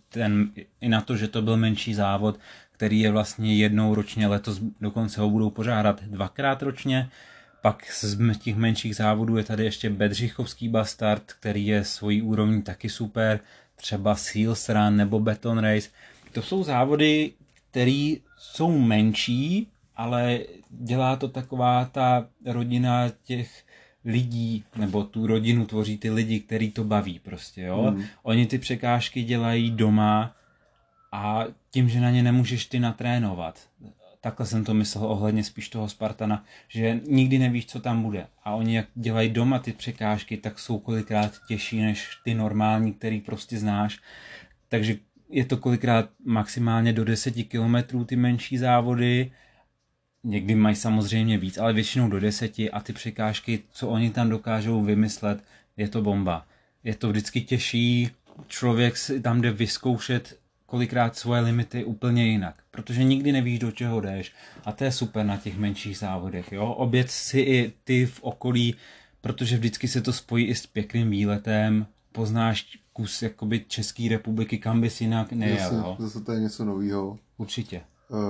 Speaker 1: I na to, že to byl menší závod, který je vlastně jednou ročně, letos dokonce ho budou pořádat 2krát ročně. Pak z těch menších závodů je tady ještě Bedřichovský Bastard, který je svojí úrovní taky super, třeba Seals Run nebo Beton Race. To jsou závody, které jsou menší, ale dělá to taková ta rodina těch lidí, nebo tu rodinu tvoří ty lidi, který to baví prostě, jo. Oni ty překážky dělají doma a tím, že na ně nemůžeš ty natrénovat. Takhle jsem to myslel ohledně spíš toho Spartana, že nikdy nevíš, co tam bude. A oni jak dělají doma ty překážky, tak jsou kolikrát těžší než ty normální, který prostě znáš. Takže je to kolikrát maximálně do 10 kilometrů ty menší závody. Někdy mají samozřejmě víc, ale většinou do 10 a ty překážky, co oni tam dokážou vymyslet, je to bomba. Je to vždycky těžší, člověk si tam jde vyzkoušet kolikrát svoje limity úplně jinak, protože nikdy nevíš, do čeho jdeš, a to je super na těch menších závodech, jo, oběd si i ty v okolí, protože vždycky se to spojí i s pěkným výletem, poznáš kus jakoby České republiky, kam bys jinak nejel, jo.
Speaker 2: Zase to je něco novýho.
Speaker 1: Určitě.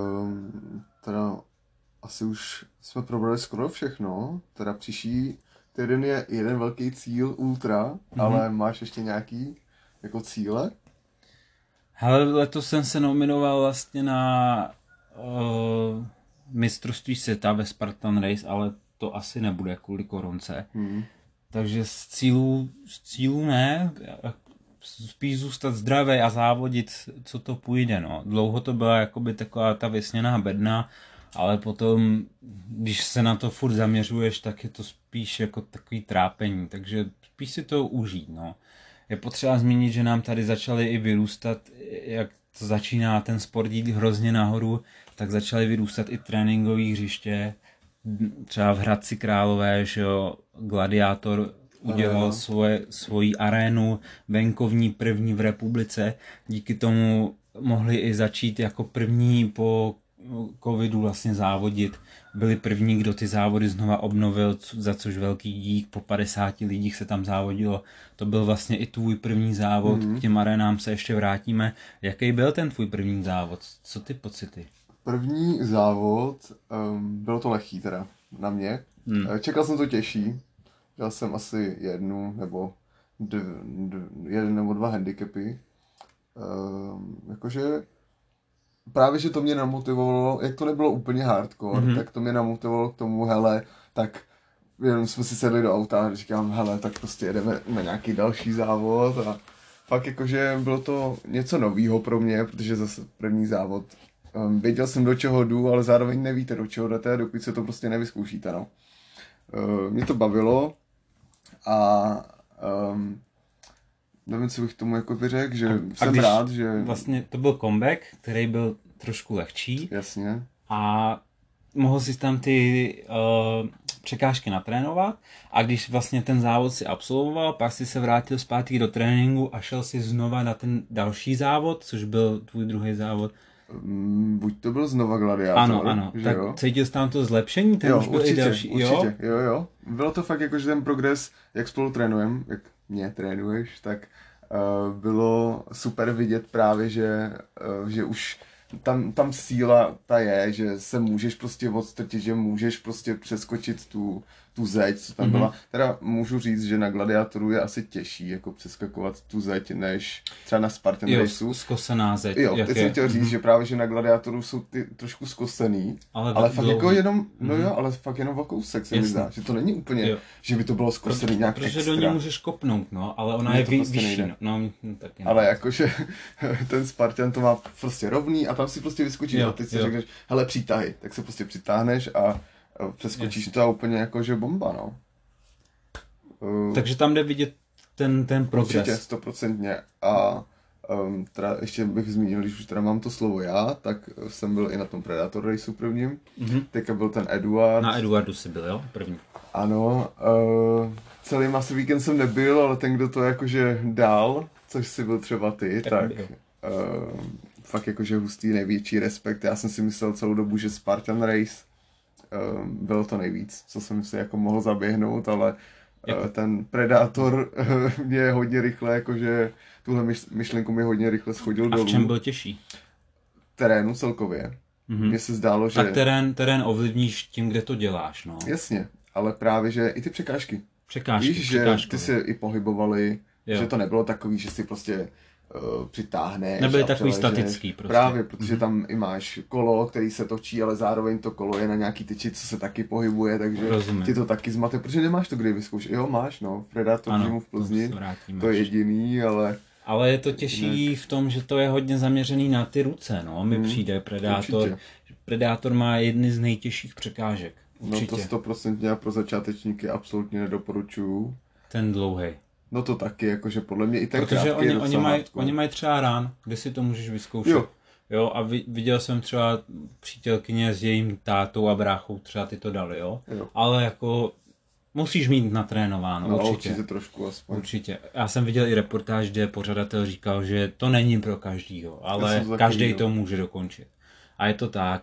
Speaker 2: Teda asi už jsme probrali skoro všechno, teda příští týden je jeden velký cíl ultra, ale máš ještě nějaký jako cíle?
Speaker 1: Hele, letos jsem se nominoval vlastně na mistrovství světa ve Spartan Race, ale to asi nebude kvůli koronce. Takže z cílů ne, spíš zůstat zdravý a závodit, co to půjde, no. Dlouho to byla jakoby taková ta vysněná bedna, ale potom, když se na to furt zaměřuješ, tak je to spíš jako takový trápení, takže spíš si to užít, no. Je potřeba zmínit, že nám tady začaly i vyrůstat, jak to začíná ten sport jít hrozně nahoru, tak začaly vyrůstat i tréninkové hřiště. Třeba v Hradci Králové, že jo, Gladiátor udělal svoji arénu, venkovní první v republice. Díky tomu mohli i začít jako první po covidu vlastně závodit. Byli první, kdo ty závody znova obnovil, za což velký dík, po 50 lidích se tam závodilo. To byl vlastně i tvůj první závod, k těm arenám se ještě vrátíme. Jaký byl ten tvůj první závod? Co ty pocity?
Speaker 2: První závod, bylo to lehký teda na mě. Čekal jsem to těžší. Dělal jsem asi jeden nebo dva handicapy. Jakože právě, že to mě namotivovalo, jak to nebylo úplně hardcore, tak to mě namotivovalo k tomu, hele, tak jenom jsme si sedli do auta a říkám, hele, tak prostě jedeme na nějaký další závod a fakt jakože bylo to něco novýho pro mě, protože zase první závod, věděl jsem, do čeho jdu, ale zároveň nevíte, do čeho jdete, dokud se to prostě nevyzkoušíte, no. Mě to bavilo a nevím, co bych tomu jako vyřekl, že jsem rád, že...
Speaker 1: Vlastně to byl comeback, který byl trošku lehčí.
Speaker 2: Jasně.
Speaker 1: A mohl si tam ty překážky natrénovat a když vlastně ten závod si absolvoval, pak si se vrátil zpátky do tréninku a šel si znova na ten další závod, což byl tvůj druhý závod.
Speaker 2: Buď to byl znova Gladiátor.
Speaker 1: Ano,
Speaker 2: že
Speaker 1: tak
Speaker 2: jo?
Speaker 1: Cítil jsi tam to zlepšení? Ten
Speaker 2: jo,
Speaker 1: už byl
Speaker 2: určitě,
Speaker 1: i další.
Speaker 2: určitě, jo. Bylo to fakt jako, že ten progres, jak spolu trénujeme, jak mě trénuješ, tak bylo super vidět právě, že už tam síla ta je, že se můžeš prostě odstrčit, že můžeš prostě přeskočit tu zeď, co tam byla. Teda můžu říct, že na Gladiátoru je asi těžší jako přeskakovat tu zeď, než třeba na Spartan Raceu.
Speaker 1: Zkosená zeď.
Speaker 2: Jo, teď jsem chtěl říct, že právě, že na Gladiátoru jsou ty trošku zkosený, ale fakt jako jenom, ale fakt jenom o kousek se mi zdá, že to není úplně, že by to bylo zkosený nějak
Speaker 1: protože
Speaker 2: extra.
Speaker 1: do ní můžeš kopnout, no, ale ona je vyšší, no, taky.
Speaker 2: Ale jakože ten Spartan to má prostě rovný a tam si prostě vyskočíš a teď si řekneš, hele, přitahy, tak se prostě přitáhneš a přeskočíš to a úplně jako, že bomba, no.
Speaker 1: Takže tam jde vidět ten progres.
Speaker 2: Určitě, 100%. A teda ještě bych zmínil, když už teda mám to slovo já, tak jsem byl i na tom Predator Raceu prvním. Teďka byl ten Eduard.
Speaker 1: Na Eduardu jsi byl, jo? První.
Speaker 2: Ano, celý Master Weekend jsem nebyl, ale ten, kdo to jakože dal, což si byl třeba ty, tak fakt jakože hustý, největší respekt. Já jsem si myslel celou dobu, že Spartan Race bylo to nejvíc, co jsem si jako mohl zaběhnout, ale ten Predator mě hodně rychle, jakože tuhle myšlenku mi hodně rychle schodil dolů.
Speaker 1: A v čem byl těžší?
Speaker 2: Terénu celkově. Mně se zdálo, že...
Speaker 1: Tak terén ovlivníš tím, kde to děláš, no.
Speaker 2: Jasně, ale právě, že i ty překážky. Víš, že ty se i pohybovali, že to nebylo takový, že si prostě přitáhneš.
Speaker 1: Nebyly takový statický prostě.
Speaker 2: Právě, protože tam i máš kolo, který se točí, ale zároveň to kolo je na nějaký tyči, co se taky pohybuje, takže ti to taky zmate, protože nemáš to kdy vyzkoušet. Jo, máš, no, Predator Gymu v Plzni, to je jediný, ale...
Speaker 1: Ale je to těžší v tom, že to je hodně zaměřený na ty ruce, no, mi přijde Predator. Určitě. Predator má jedny z nejtěžších překážek. Určitě.
Speaker 2: No to 100% pro začátečníky absolutně nedoporučuju.
Speaker 1: Ten dlouhý.
Speaker 2: No to taky, jakože podle mě i ten
Speaker 1: protože
Speaker 2: krátký je docela
Speaker 1: oni mají třeba rán, kde si to můžeš vyzkoušet. Jo, a viděl jsem třeba přítelkyně s jejím tátou a bráchou, třeba ty to dali, jo. Ale jako musíš mít natrénováno, určitě
Speaker 2: trošku aspoň.
Speaker 1: Určitě. Já jsem viděl i reportáž, kde pořadatel říkal, že to není pro každýho, ale každý to může dokončit. A je to tak.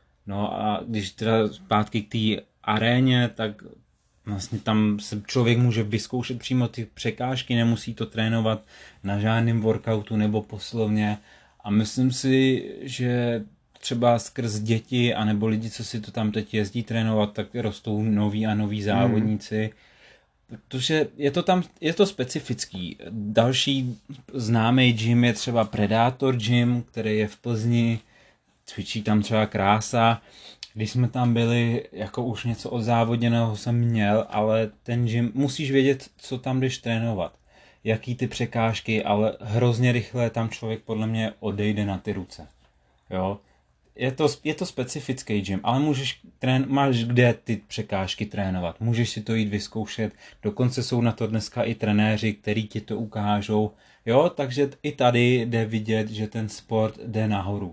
Speaker 1: No a když teda zpátky k té aréně, tak vlastně tam se člověk může vyzkoušet přímo ty překážky, nemusí to trénovat na žádném workoutu nebo poslovně. A myslím si, že třeba skrz děti anebo lidi, co si to tam teď jezdí trénovat, tak rostou noví a noví závodníci. Protože je to specifický. Další známý gym je třeba Predator Gym, který je v Plzni, cvičí tam třeba Krása. Když jsme tam byli, jako už něco od závoděného jsem měl, ale ten gym, musíš vědět, co tam jdeš trénovat. Jaký ty překážky, ale hrozně rychle tam člověk podle mě odejde na ty ruce. Jo? Je to specifický gym, ale máš kde ty překážky trénovat. Můžeš si to jít vyzkoušet, dokonce jsou na to dneska i trenéři, který ti to ukážou. Jo? Takže i tady jde vidět, že ten sport jde nahoru.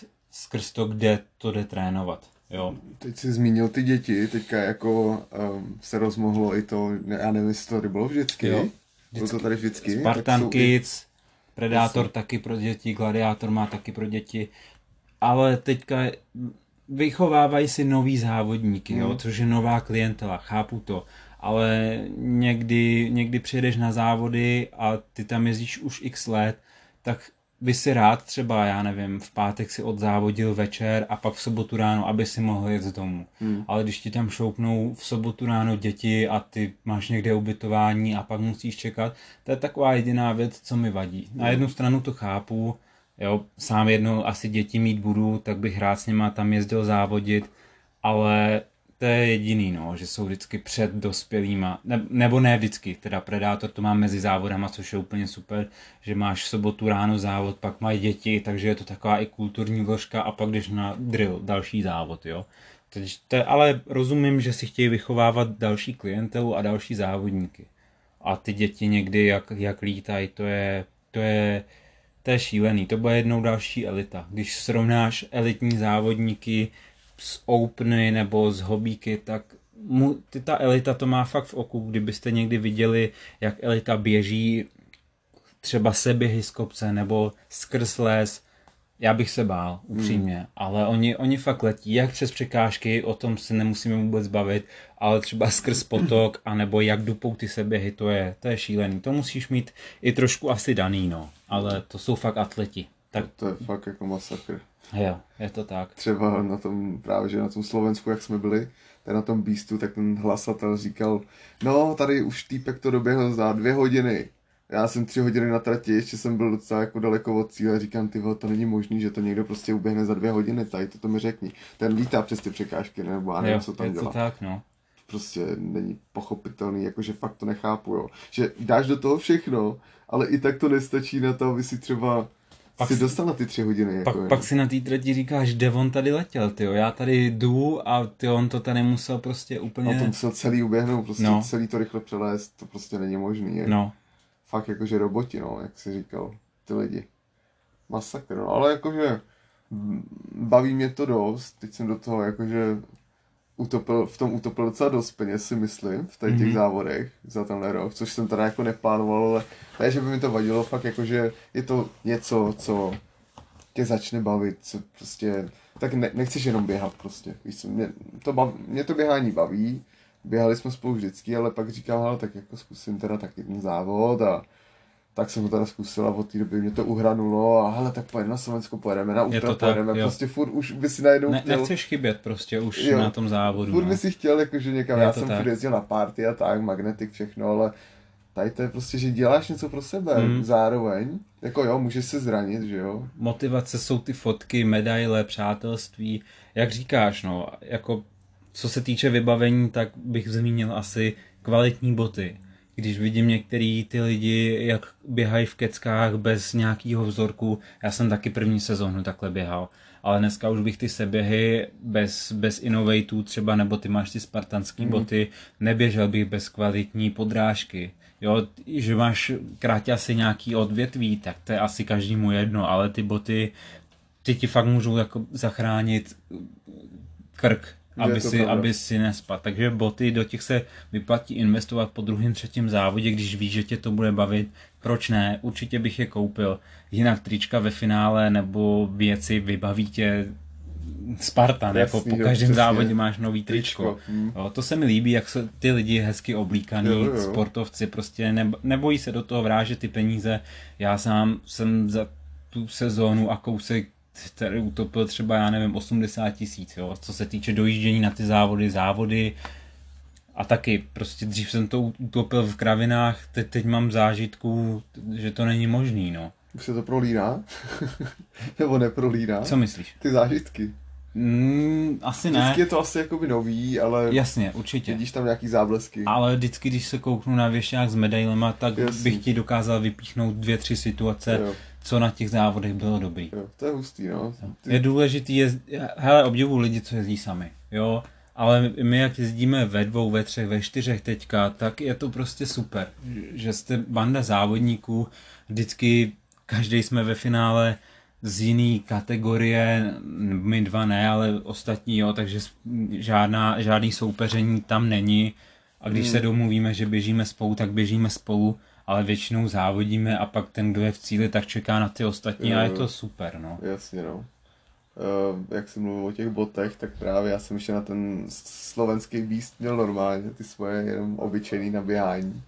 Speaker 1: Skrz to, kde to jde trénovat. Jo.
Speaker 2: Teď jsi zmínil ty děti, teďka jako se rozmohlo i to, já nevím, jestli to bylo vždycky. Jo. Bylo to tady vždycky.
Speaker 1: Spartan Kids, Predator taky pro děti, Gladiátor má taky pro děti. ale teďka vychovávají si nový závodníky, jo, což je nová klientela, chápu to, ale někdy přijedeš na závody a ty tam jezdíš už x let, tak by si rád třeba, já nevím, v pátek si odzávodil večer a pak v sobotu ráno, aby si mohl jet z domu. Ale když ti tam šoupnou v sobotu ráno děti a ty máš někde ubytování a pak musíš čekat, to je taková jediná věc, co mi vadí. Na jednu stranu to chápu, jo, sám jednou asi děti mít budu, tak bych rád s nima tam jezdil závodit, ale to je jediný, no, že jsou vždycky před dospělýma, nebo ne vždycky, teda Predátor to má mezi závodama, což je úplně super, že máš v sobotu ráno závod, pak mají děti, takže je to taková i kulturní vložka a pak jdeš na drill, další závod, jo. Ale rozumím, že si chtějí vychovávat další klientelu a další závodníky. A ty děti někdy, jak lítají, to je šílený, to bude jednou další elita. Když srovnáš elitní závodníky z Openy nebo z hobíky, tak ta elita to má fakt v oku. Kdybyste někdy viděli, jak elita běží třeba seběhy z kopce nebo skrz les, já bych se bál, upřímně, ale oni fakt letí, jak přes překážky, o tom se nemusíme vůbec bavit, ale třeba skrz potok, anebo jak dupou ty seběhy, to je šílený. To musíš mít i trošku asi daný, no, ale to jsou fakt atleti. Tak...
Speaker 2: To je fakt jako masakr.
Speaker 1: Jo, je to tak.
Speaker 2: Třeba na tom, právě že na tom Slovensku, jak jsme byli, tak na tom Beastu, tak ten hlasatel říkal, no tady už týpek to doběhl za 2 hodiny. Já jsem 3 hodiny na trati, ještě jsem byl docela jako daleko od cíle, říkám, ty to není možný, že to někdo prostě uběhne za 2 hodiny, tady to mi řekni. Ten lítá přes ty překážky, nebo já nevím, co tam dělá.
Speaker 1: Je to tak, no.
Speaker 2: Prostě není pochopitelný, jakože fakt to nechápu, jo. Že dáš do toho všechno, ale i tak to nestačí na to, aby si třeba pak si dostal na ty 3 hodiny.
Speaker 1: Pak si na té trati říkáš, kde on tady letěl, tyjo. Já tady jdu a on to tady musel prostě úplně...
Speaker 2: On to musel celý uběhnout, prostě celý to rychle přelézt, to prostě není možný.
Speaker 1: No.
Speaker 2: Fakt jakože roboti, no, jak jsi říkal, ty lidi. Masakr, no, ale jakože baví mě to dost, teď jsem do toho jakože utopil docela dost peněz, si myslím, v těch závodech za tenhle rok, což jsem teda jako neplánoval, ale ne, že by mi to vadilo, fakt jakože je to něco, co tě začne bavit, co prostě, tak nechceš jenom běhat prostě, víš co, mě to běhání baví, běhali jsme spolu vždycky, ale pak říkám, hele, tak jako zkusím teda taky ten závod a tak jsem ho teda zkusil a od té doby mě to uhranulo a hele, tak pojedeme na Slovensko, pojedeme na Ultra, pojedeme, prostě furt už by si najednou chtěl...
Speaker 1: Nechceš chybět prostě už na tom závodu.
Speaker 2: Furt by si chtěl, jakože někam, já jsem furt jezdil na party a tak, Magnetic, všechno, ale tady to je prostě, že děláš něco pro sebe zároveň, jako jo, můžeš se zranit, že jo.
Speaker 1: Motivace jsou ty fotky, medaile, přátelství, jak říkáš, no, jako co se týče vybavení, tak bych zmínil asi kvalitní boty. Když vidím některý ty lidi, jak běhají v keckách bez nějakého vzorku, já jsem taky první sezónu takhle běhal, ale dneska už bych ty seběhy bez innovatů třeba, nebo ty máš ty spartanský boty, neběžel bych bez kvalitní podrážky. Jo, že máš kráťasy nějaký odvětví, tak to je asi každému jedno, ale ty boty, ty ti fakt můžou jako zachránit krk, aby si nespadl. Takže boty, do těch se vyplatí investovat po 2., 3. závodě, když víš, že tě to bude bavit. Proč ne? Určitě bych je koupil. Jinak trička ve finále nebo věci vybaví tě Spartan. Jasný, jako po každém závodě máš nový tričko. Jo, to se mi líbí, jak se ty lidi hezky oblíkaný, sportovci prostě nebojí se do toho vrážet ty peníze. Já sám jsem za tu sezónu a kousek který utopil třeba, já nevím, 80 000, jo, co se týče dojíždění na ty závody a taky prostě dřív jsem to utopil v kravinách, teď mám zážitku, že to není možný, no.
Speaker 2: Už se to prolíná? Nebo neprolíná?
Speaker 1: Co myslíš?
Speaker 2: Ty zážitky.
Speaker 1: Asi ne.
Speaker 2: Vždycky je to asi jakoby nový, ale...
Speaker 1: Jasně, určitě.
Speaker 2: Vidíš tam nějaký záblesky.
Speaker 1: Ale vždycky, když se kouknu na věšťák s medailema, tak bych ti dokázal vypíchnout 2, 3 situace, co na těch závodech bylo dobrý.
Speaker 2: Jo, to je hustý, no.
Speaker 1: Je důležitý hele, obdivuju lidi, co jezdí sami, jo. Ale my, jak jezdíme ve 2, ve 3, ve 4 teďka, tak je to prostě super, že jste banda závodníků, vždycky každý jsme ve finále z jiný kategorie, my 2 ne, ale ostatní jo, takže žádný soupeření tam není a když se domluvíme, že běžíme spolu, tak běžíme spolu, ale většinou závodíme a pak ten, kdo je v cíli, tak čeká na ty ostatní a je to super, no.
Speaker 2: Jasně, no. jak jsem mluvil o těch botech, tak právě já jsem ještě na ten slovenský Beast měl normálně ty svoje jenom obyčejný naběhání.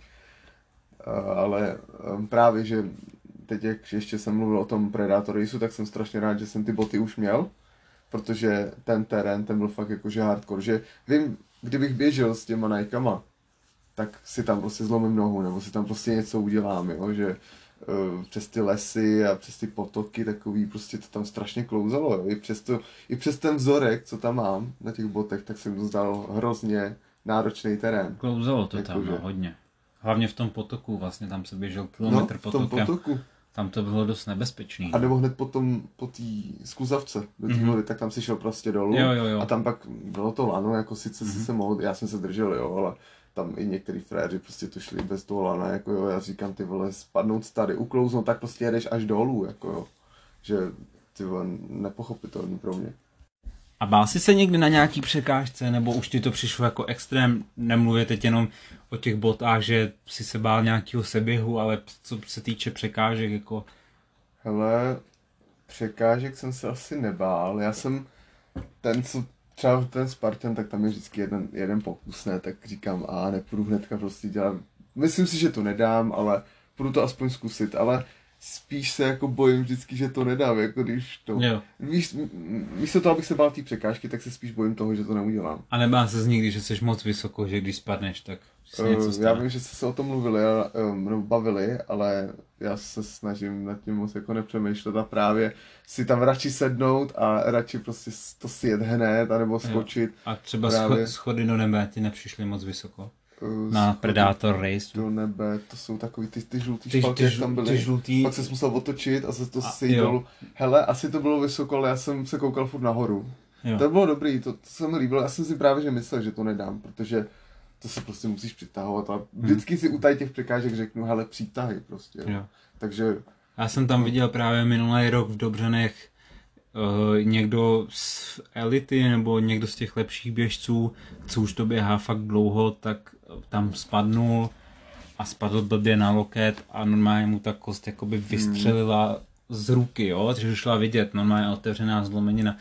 Speaker 2: Ale právě, že teď jak ještě jsem mluvil o tom Predator Raceu, tak jsem strašně rád, že jsem ty boty už měl, protože ten terén, ten byl fakt jakože hardcore, že vím, kdybych běžel s těma Nikama, tak si tam prostě zlomím nohu, nebo si tam prostě něco udělám, jo, že přes ty lesy a přes ty potoky takový, prostě to tam strašně klouzalo, jo. I přes ten vzorek, co tam mám na těch botech, tak jsem dostal hrozně náročný terén.
Speaker 1: Klouzalo to tam, no, hodně. Hlavně v tom potoku, vlastně tam se běžel kilometr potokem.
Speaker 2: V tom potoku.
Speaker 1: Tam to bylo dost nebezpečný.
Speaker 2: A nebo hned potom po té skluzavce do té vody, tak tam si šel prostě dolů.
Speaker 1: Jo.
Speaker 2: A tam pak bylo to lano, jako sice si se mohl, já jsem se držel, jo, ale tam i některý fréři prostě to šli bez toho lana, jako jo, já říkám, ty vole, spadnout tady, uklouznout, tak prostě jedeš až dolů, jako jo. Že, ty vole, nepochopitelný pro mě.
Speaker 1: A bál jsi se někdy na nějaký překážce, nebo už ti to přišlo jako extrém, nemluvě teď jenom o těch botách, že jsi se bál nějakého seběhu, ale co se týče překážek, jako...
Speaker 2: Hele, překážek jsem se asi nebál, já jsem třeba ten Spartan, tak tam je vždycky jeden pokus, ne, tak říkám, nepůjdu hnedka prostě dělat, myslím si, že to nedám, ale půjdu to aspoň zkusit, ale spíš se jako bojím vždycky, že to nedám, jako když to... Místo toho, abych se bál té překážky, tak se spíš bojím toho, že to neudělám.
Speaker 1: A nebál se nikdy, že jsi moc vysoko, že když spadneš, tak se něco stane?
Speaker 2: Já vím, že jste se o tom bavili, ale já se snažím nad tím moc jako nepřemýšlet a právě si tam radši sednout a radši prostě to sjet hned, anebo skočit.
Speaker 1: A třeba schody do nebe ti nepřišly moc vysoko? Na Predator Race.
Speaker 2: Do nebe, to jsou takový ty žlutý špalky, jak tam byly.
Speaker 1: Ty žlutý...
Speaker 2: Pak se musel otočit a se to sejít dolů. Hele, asi to bylo vysoko, ale já jsem se koukal furt nahoru. Jo. To bylo dobrý, to se mi líbilo. Já jsem si právě že myslel, že to nedám, protože to se prostě musíš přitahovat a vždycky si u těch překážek řeknu, hele, přitahy prostě. Jo. Takže...
Speaker 1: Já jsem tam viděl právě minulý rok v Dobřanech někdo z elity nebo někdo z těch lepších běžců, co už to běhá fakt dlouho, tak tam spadnul a spadl blbě na loket a normálně mu ta kost jakoby vystřelila z ruky, jo, takže šla vidět, normálně otevřená zlomenina,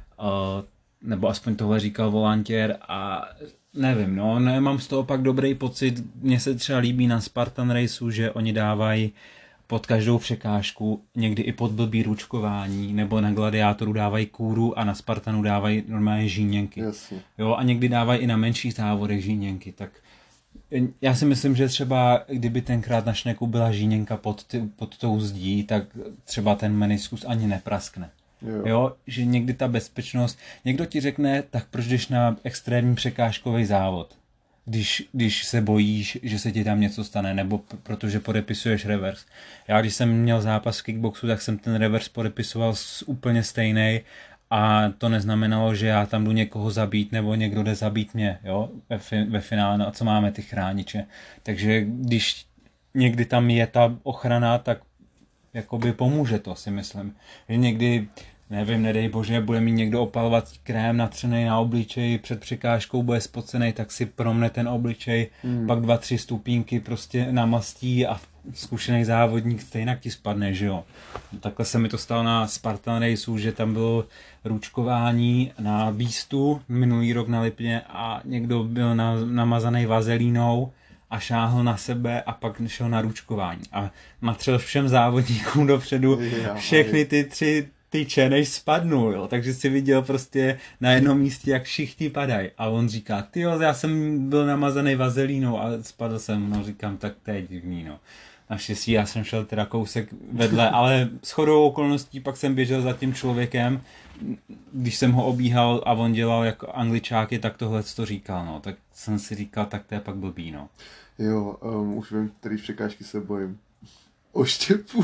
Speaker 1: nebo aspoň tohle říkal volantěr a nevím, no, nemám z toho pak dobrý pocit, mně se třeba líbí na Spartan Raceu, že oni dávají pod každou překážku, někdy i pod blbý ručkování, nebo na Gladiátoru dávají kůru a na Spartanu dávají normálně žíněnky.
Speaker 2: Jasně.
Speaker 1: Jo, a někdy dávají i na menších závodech žíněnky, tak já si myslím, že třeba kdyby tenkrát na šneku byla žíněnka pod tou zdí, tak třeba ten meniskus ani nepraskne. Jo, že někdy ta bezpečnost, někdo ti řekne, tak proč jdeš na extrémní překážkový závod, když se bojíš, že se ti tam něco stane, nebo protože podepisuješ revers. Já když jsem měl zápas v kickboxu, tak jsem ten revers podepisoval úplně stejný a to neznamenalo, že já tam jdu někoho zabít, nebo někdo jde zabít mě, jo, ve finále, no a co máme ty chrániče. Takže když někdy tam je ta ochrana, tak jakoby pomůže to, si myslím. Že někdy, nevím, nedej bože, bude mít někdo opalovací krém natřený na obličeji, před překážkou bude spocený, tak si promne ten obličej, pak 2-3 stupínky prostě namastí a zkušený závodník stejně ti spadne, že jo. Takhle se mi to stalo na Spartan Raceu, že tam bylo ručkování na Beastu minulý rok na Lipně a někdo byl namazaný vazelínou a šáhl na sebe a pak šel na ručkování a matřel všem závodníkům dopředu všechny ty 3 tyče, než spadnul, jo. Takže si viděl prostě na jednom místě, jak všichni padají. A on říká, tyjo, já jsem byl namazaný vazelínou a spadl jsem, no říkám, tak to je divný, no. Naštěstí já jsem šel teda kousek vedle, ale shodou okolností pak jsem běžel za tím člověkem, když jsem ho obíhal a on dělal jako Angličáky, tak tohle to říkal, no. Tak jsem si říkal, tak to je pak blbý, no.
Speaker 2: Jo, už vím, který překážky se bojím. Oštěpu.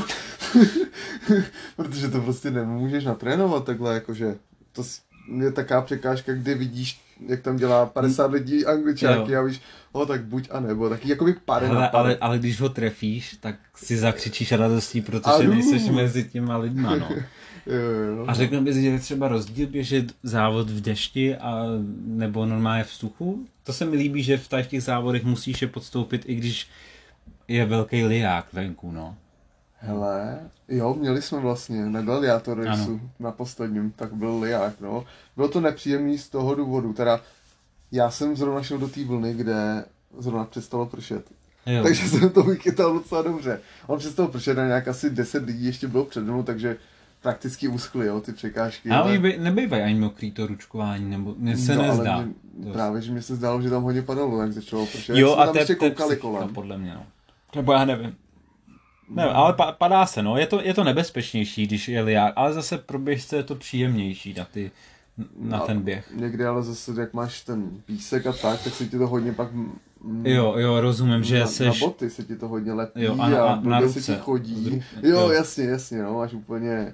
Speaker 2: Protože to prostě nemůžeš natrénovat takhle, jakože to je taková překážka, kde vidíš, jak tam dělá 50 lidí Angličáky a víš, tak buď a nebo, taky jakoby pary na pary.
Speaker 1: Ale když ho trefíš, tak si zakřičíš radostí, protože nejseš mezi těma lidma, no.
Speaker 2: Jo.
Speaker 1: A řekl bys, že je třeba rozdíl běžet závod v dešti a nebo normálně v vzduchu? To se mi líbí, že v těch závodech musíš je podstoupit, i když je velký liják venku, no.
Speaker 2: Hele, jo, měli jsme vlastně na Gladiator Raceu, na posledním, tak byl liák, no. Bylo to nepříjemný z toho důvodu, teda já jsem zrovna šel do té vlny, kde zrovna přestalo pršet. Jo. Takže jsem to vychytal docela dobře. On přestalo pršet a nějak asi 10 lidí ještě bylo přede mnou, takže prakticky uschly, jo, ty překážky.
Speaker 1: Ale nebývají ani mokrý to ručkování, nebo mně se nezdá.
Speaker 2: Právě, že mi se zdálo, že tam hodně padalo, jak začalo pršet.
Speaker 1: Jo, a
Speaker 2: tam ještě koukali kolem.
Speaker 1: Podle mě, no. Nebo já nevím. Ne, ale padá se, no. Je to nebezpečnější, když je liák, ale zase pro běžce je to příjemnější na ten běh.
Speaker 2: Někdy ale zase, jak máš ten písek a tak se ti to hodně pak...
Speaker 1: Jo, rozumím, že
Speaker 2: na boty se ti to hodně lepí
Speaker 1: jo, a na ruce
Speaker 2: se ti chodí. Jo, jasně, no, máš úplně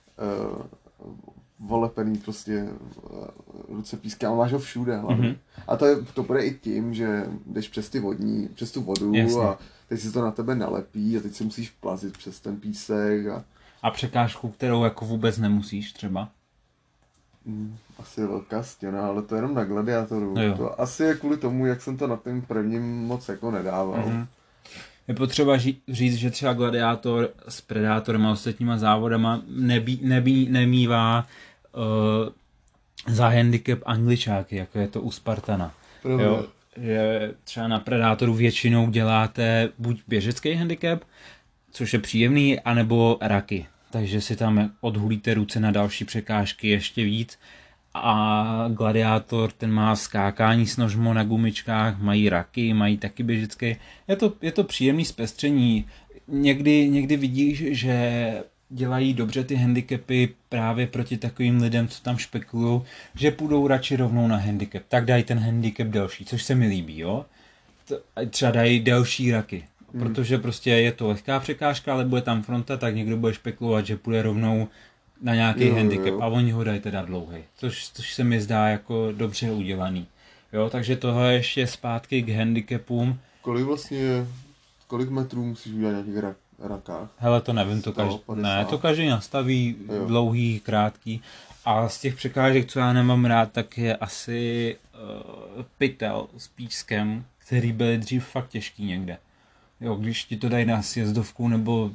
Speaker 2: volepený prostě ruce písky, ale máš ho všude hlavně. Mm-hmm. A to bude i tím, že jdeš přes tu vodu a teď si to na tebe nalepí a teď si musíš plazit přes ten písek.
Speaker 1: A překážku, kterou jako vůbec nemusíš třeba?
Speaker 2: Asi je velká stěna, ale to je jenom na Gladiatoru. To asi je kvůli tomu, jak jsem to na tom prvním moc jako nedával. Mm-hmm.
Speaker 1: Je potřeba říct, že třeba Gladiátor s Predátorem a ostatníma závodama nemívá za handicap Angličáky, jako je to u Spartana. Jo, že třeba na Predátoru většinou děláte buď běžecký handicap, což je příjemný, anebo raky. Takže si tam odhulíte ruce na další překážky ještě víc. A Gladiátor, ten má skákání s nožmo na gumičkách, mají raky, mají taky běžecké. Je to příjemný zpestření. Někdy vidíš, že dělají dobře ty handicapy právě proti takovým lidem, co tam špekulujou, že půjdou radši rovnou na handicap. Tak dají ten handicap delší, což se mi líbí, jo. Třeba dají delší raky. Protože prostě je to lehká překážka, ale bude tam fronta, tak někdo bude špekulovat, že půjde rovnou na nějaký handicap a oni ho dají teda dlouhý, což se mi zdá jako dobře udělaný. Jo, takže tohle ještě zpátky k handicapům.
Speaker 2: Kolik metrů musíš udělat na nějakých rakách?
Speaker 1: Hele, to nevím, to každý nastaví, dlouhý, krátký. A z těch překážek, co já nemám rád, tak je asi pytel s pískem, který byly dřív fakt těžký někde. Jo, když ti to dají na sjezdovku nebo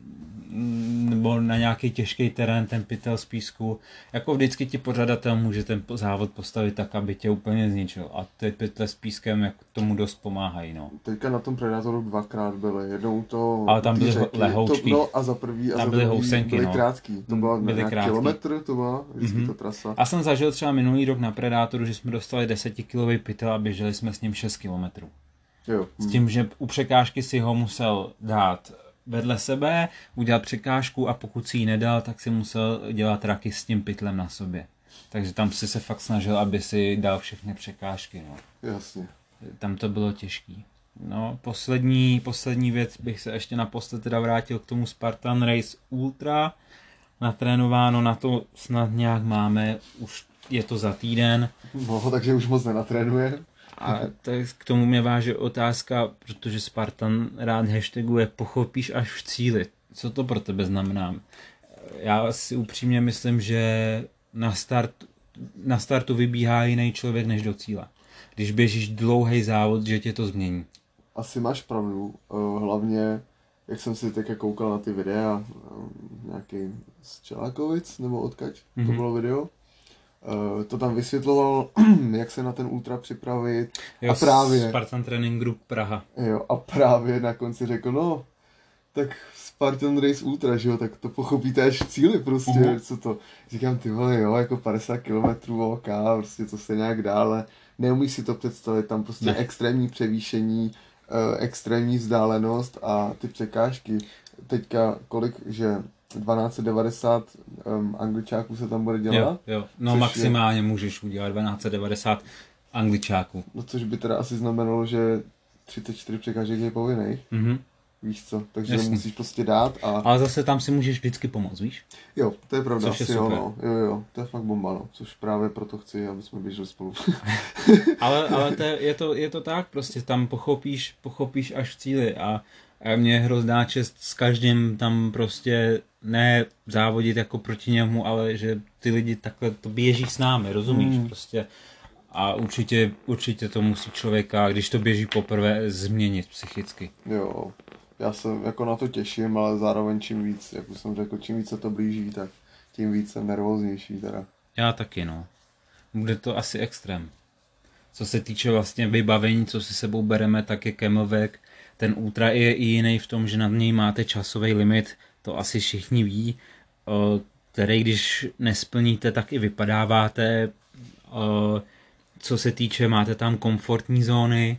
Speaker 1: na nějaký těžký terén, ten pytel z písku, jako vždycky ti pořadatel může ten závod postavit tak, aby tě úplně zničil. A ty pytle s pískem jako tomu dost pomáhají, no.
Speaker 2: Teďka na tom Predatoru 2krát byly, jednou to...
Speaker 1: Ale tam byly lehoučky.
Speaker 2: A za první
Speaker 1: byly housenky,
Speaker 2: byly krátký. To byla nějaký kilometr, to byla vždycky ta trasa.
Speaker 1: A jsem zažil třeba minulý rok na Predatoru, že jsme dostali 10-kilový pytel a běželi jsme s ním 6 kilometrů.
Speaker 2: Jo.
Speaker 1: S tím, že u překážky si ho musel dát vedle sebe, udělat překážku a pokud si ji nedal, tak si musel dělat raky s tím pytlem na sobě. Takže tam si se fakt snažil, aby si dal všechny překážky. No.
Speaker 2: Jasně.
Speaker 1: Tam to bylo těžký. No, poslední věc bych se ještě naposled teda vrátil k tomu Spartan Race Ultra. Natrénováno na to snad nějak máme, už je to za týden.
Speaker 2: No, takže už moc nenatrénuje.
Speaker 1: A k tomu mě váže otázka, protože Spartan rád hashtaguje pochopíš až v cíli. Co to pro tebe znamená? Já si upřímně myslím, že na startu vybíhá jiný člověk než do cíle. Když běžíš dlouhý závod, že tě to změní.
Speaker 2: Asi máš pravdu. Hlavně, jak jsem si teď koukal na ty videa, nějaký z Čelákovic, nebo odkaď to bylo video, to tam vysvětloval, jak se na ten ultra připravit.
Speaker 1: Jo, a právě Spartan Training Group Praha.
Speaker 2: Jo, a právě na konci řekl, no, tak Spartan Race Ultra, že jo, tak to pochopíte až v cíli prostě, co to. Říkám, ty vole, jo, jako 50 km OK, prostě to se nějak dále. Neumíš si to představit, tam prostě extrémní převýšení, extrémní vzdálenost a ty překážky. Teďka kolik, že 1290 Angličáků se tam bude dělat?
Speaker 1: Jo. No maximálně můžeš udělat 1290 Angličáků.
Speaker 2: No což by teda asi znamenalo, že 34 překážek je povinných.
Speaker 1: Mm-hmm.
Speaker 2: Víš co? Takže to musíš prostě dát a...
Speaker 1: Ale zase tam si můžeš vždycky pomoct, víš?
Speaker 2: Jo, to je pravda.
Speaker 1: Což je super.
Speaker 2: Jo, to je fakt bomba, no. Což právě proto chci, aby jsme běželi spolu.
Speaker 1: ale je to tak, prostě tam pochopíš až v cíli a mě je hrozná čest s každým tam prostě ne závodit jako proti němu, ale že ty lidi takhle to běží s námi, rozumíš? Prostě a určitě to musí člověka, když to běží poprvé, změnit psychicky.
Speaker 2: Jo, já se jako na to těším, ale zároveň čím víc, jak už jsem řekl, čím víc se to blíží, tak tím víc jsem nervóznější teda.
Speaker 1: Já taky, no. Bude to asi extrém. Co se týče vlastně vybavení, co si sebou bereme, tak je Camelback. Ten Ultra je i jiný v tom, že na něj máte časový limit, to asi všichni ví, který když nesplníte, tak i vypadáváte. Co se týče, máte tam komfortní zóny,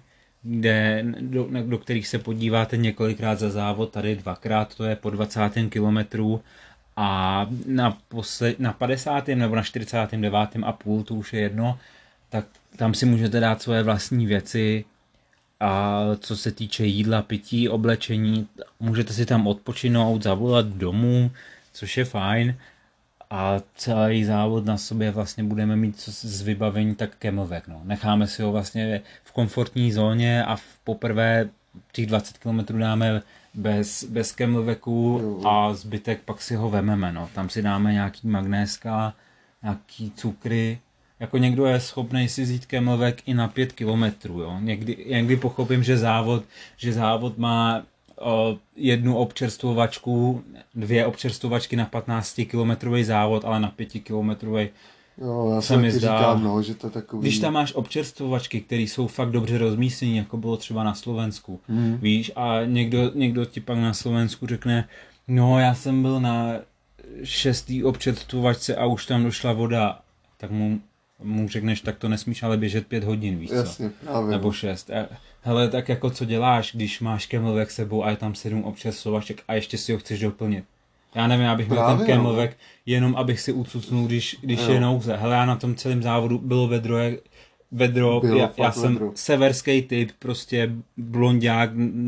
Speaker 1: do kterých se podíváte několikrát za závod, tady dvakrát, to je po 20. kilometru a na 50. nebo na 49,5, to už je jedno, tak tam si můžete dát svoje vlastní věci a co se týče jídla, pití, oblečení, můžete si tam odpočinout, zavolat domů, což je fajn a celý závod na sobě vlastně budeme mít z vybavení tak Camelback, no. Necháme si ho vlastně v komfortní zóně a poprvé těch 20 km dáme bez Camelbacku a zbytek pak si ho vememe, no. Tam si dáme nějaký magnéska, nějaký cukry. Jako někdo je schopný si vzít Camelback i na 5 kilometrů, jo. Někdy pochopím, že závod má jednu občerstvovačku, 2 občerstvovačky na 15-kilometrový závod, ale na 5-kilometrový
Speaker 2: jo, já
Speaker 1: se mi zdá,
Speaker 2: říkám, no, že to takový...
Speaker 1: Když tam máš občerstvovačky, které jsou fakt dobře rozmístěné, jako bylo třeba na Slovensku, víš, a někdo ti pak na Slovensku řekne, no já jsem byl na 6. občerstvovačce a už tam došla voda, tak mu řekneš, tak to nesmíš ale běžet 5 hodin, víš co?
Speaker 2: Jasně, právě.
Speaker 1: Nebo 6. Hele, tak jako co děláš, když máš Camelback sebou a je tam 7 občerstvovaček a ještě si ho chceš doplnit? Já nevím, já bych měl ten Camelback jenom abych si ucucnul, když je nouze. Hele, já na tom celém závodu bylo vedro, já jsem severský typ, prostě blonďák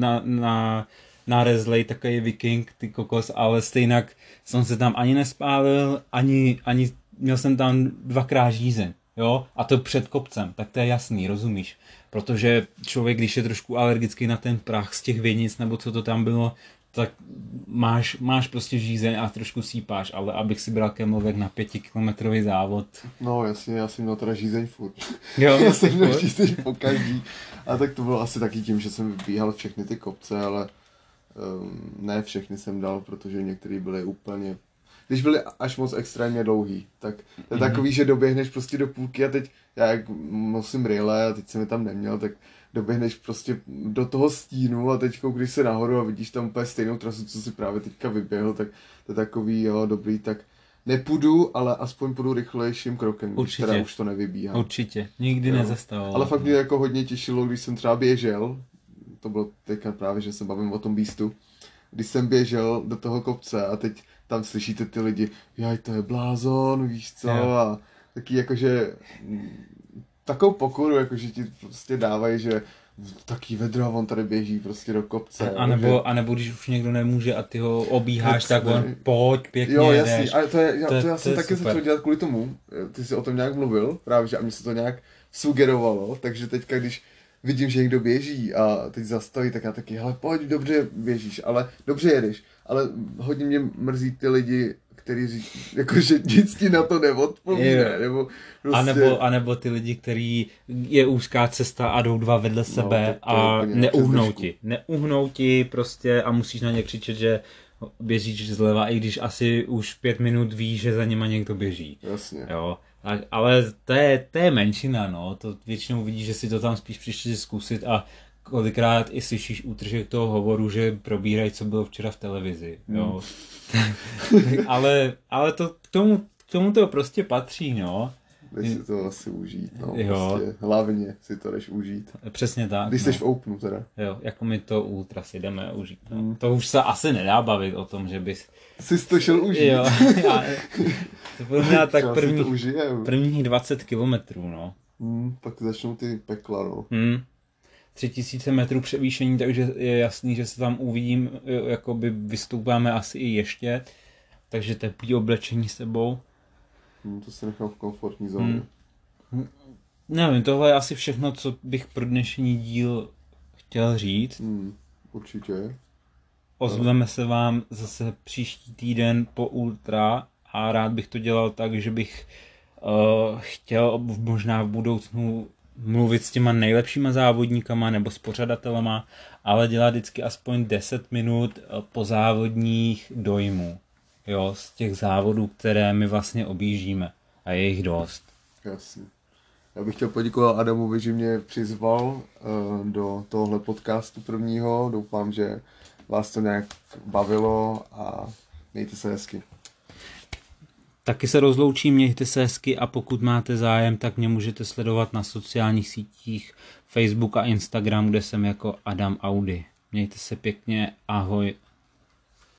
Speaker 1: na rezlej, takový viking, ty kokos, ale stejnak jsem se tam ani nespálil, ani měl jsem tam 2krát žízeň, jo, a to před kopcem, tak to je jasný, rozumíš, protože člověk, když je trošku alergický na ten prach z těch vinic, nebo co to tam bylo, tak máš prostě žízeň a trošku sípáš, ale abych si bral Camelback na 5-kilometrový závod.
Speaker 2: No jasně, já jsem měl teda žízeň furt.
Speaker 1: Jo,
Speaker 2: já jsem měl žízeň po každý. A tak to bylo asi taky tím, že jsem vybíhal všechny ty kopce, ale ne všechny jsem dal, protože některý byly úplně... Když byly až moc extrémně dlouhý, tak to je takový, že doběhneš prostě do půlky a teď já jak nosím rýle a teď jsem je tam neměl, tak doběhneš prostě do toho stínu a teď když se nahoru a vidíš tam úplně stejnou trasu, co si právě teďka vyběhl, tak to je takový, jo, dobrý, tak nepůjdu, ale aspoň půjdu rychlejším krokem, když teda už to nevybíhám.
Speaker 1: Určitě, nikdy nezastavoval.
Speaker 2: Ale fakt mě jako hodně těšilo, když jsem třeba běžel, to bylo teďka právě, že se bavím o tom Beastu, když jsem běžel do toho kopce a teď tam slyšíte ty lidi, jaj, to je blázon, víš co, a taky jakože takovou pokoru, jakože ti prostě dávají, že taký vedro a on tady běží prostě do kopce.
Speaker 1: A nebo když už někdo nemůže a ty ho obíháš, tak on pojď, pěkně
Speaker 2: jo, jasný, ale já jsem taky začal dělat kvůli tomu, ty jsi o tom nějak mluvil, právě, že a mně se to nějak sugerovalo, takže teďka, když vidím, že někdo běží a teď zastaví, tak já taky, hele, pojď, dobře běžíš, ale dobře jedeš, ale hodně mě mrzí ty lidi, kteří říkají, jakože nic ti na to neodpovídá, nebo prostě...
Speaker 1: A nebo ty lidi, který je úzká cesta a jdou 2 vedle sebe a neuhnou ti prostě a musíš na ně křičet, že běžíš zleva, i když asi už 5 minut víš, že za nima někdo běží.
Speaker 2: Jasně.
Speaker 1: Jo. Ale to je menšina, no, to většinou vidíš, že si to tam spíš přišli zkusit a kolikrát i slyšíš útržek toho hovoru, že probírají, co bylo včera v televizi, jo. ale to k tomu to prostě patří, no.
Speaker 2: Jdeš si to asi užít, no, prostě hlavně si to jdeš užít.
Speaker 1: Přesně tak.
Speaker 2: Když jsi v Openu teda.
Speaker 1: Jo, jako my to ultra si jdeme užít, no. To už se asi nedá bavit o tom, že bys...
Speaker 2: Jsi to šel užít.
Speaker 1: Jo, to bylo měla tak prvních 20 kilometrů, no.
Speaker 2: Tak začnou ty pekla, no.
Speaker 1: 3000 metrů převýšení, takže je jasný, že se tam uvidím, jakoby vystoupáme asi i ještě, takže teplý oblečení s sebou.
Speaker 2: To se nechám v komfortní zóně.
Speaker 1: Nevím, tohle je asi všechno, co bych pro dnešní díl chtěl říct.
Speaker 2: Určitě.
Speaker 1: Ozveme se vám zase příští týden po ultra a rád bych to dělal tak, že bych chtěl možná v budoucnu mluvit s těma nejlepšíma závodníkama nebo s pořadatelema, ale dělat vždycky aspoň 10 minut po závodních dojmů. Jo, z těch závodů, které my vlastně objíždíme. A je jich dost.
Speaker 2: Jasně. Já bych chtěl poděkovat Adamovi, že mě přizval do tohle podcastu prvního. Doufám, že vás to nějak bavilo a mějte se hezky.
Speaker 1: Taky se rozloučím, mějte se hezky a pokud máte zájem, tak mě můžete sledovat na sociálních sítích Facebook a Instagram, kde jsem jako Adam Audi. Mějte se pěkně, ahoj.